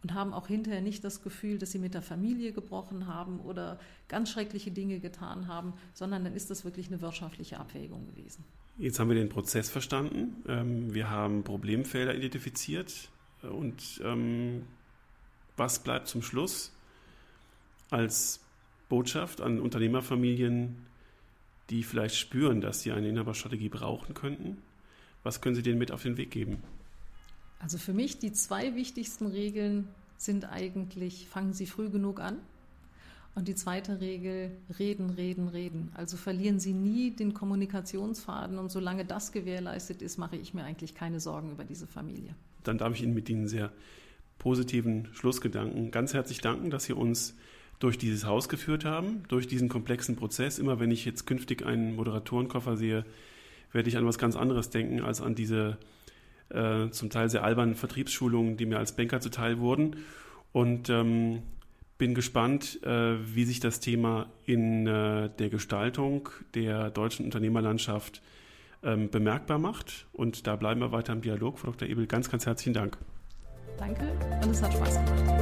und haben auch hinterher nicht das Gefühl, dass sie mit der Familie gebrochen haben oder ganz schreckliche Dinge getan haben, sondern dann ist das wirklich eine wirtschaftliche Abwägung gewesen. Jetzt haben wir den Prozess verstanden. Wir haben Problemfelder identifiziert. Und was bleibt zum Schluss als Botschaft an Unternehmerfamilien, die vielleicht spüren, dass sie eine Inhaberstrategie brauchen könnten? Was können Sie denen mit auf den Weg geben? Also für mich die 2 wichtigsten Regeln sind eigentlich, fangen Sie früh genug an. Und die zweite Regel, reden, reden, reden. Also verlieren Sie nie den Kommunikationsfaden. Und solange das gewährleistet ist, mache ich mir eigentlich keine Sorgen über diese Familie. Dann darf ich Ihnen mit Ihnen sehr positiven Schlussgedanken ganz herzlich danken, dass Sie uns durch dieses Haus geführt haben, durch diesen komplexen Prozess. Immer wenn ich jetzt künftig einen Moderatorenkoffer sehe, werde ich an was ganz anderes denken als an diese zum Teil sehr albernen Vertriebsschulungen, die mir als Banker zuteil wurden. Und bin gespannt, wie sich das Thema in der Gestaltung der deutschen Unternehmerlandschaft bemerkbar macht. Und da bleiben wir weiter im Dialog. Frau Dr. Ebel, ganz, ganz herzlichen Dank. Danke und es hat Spaß gemacht.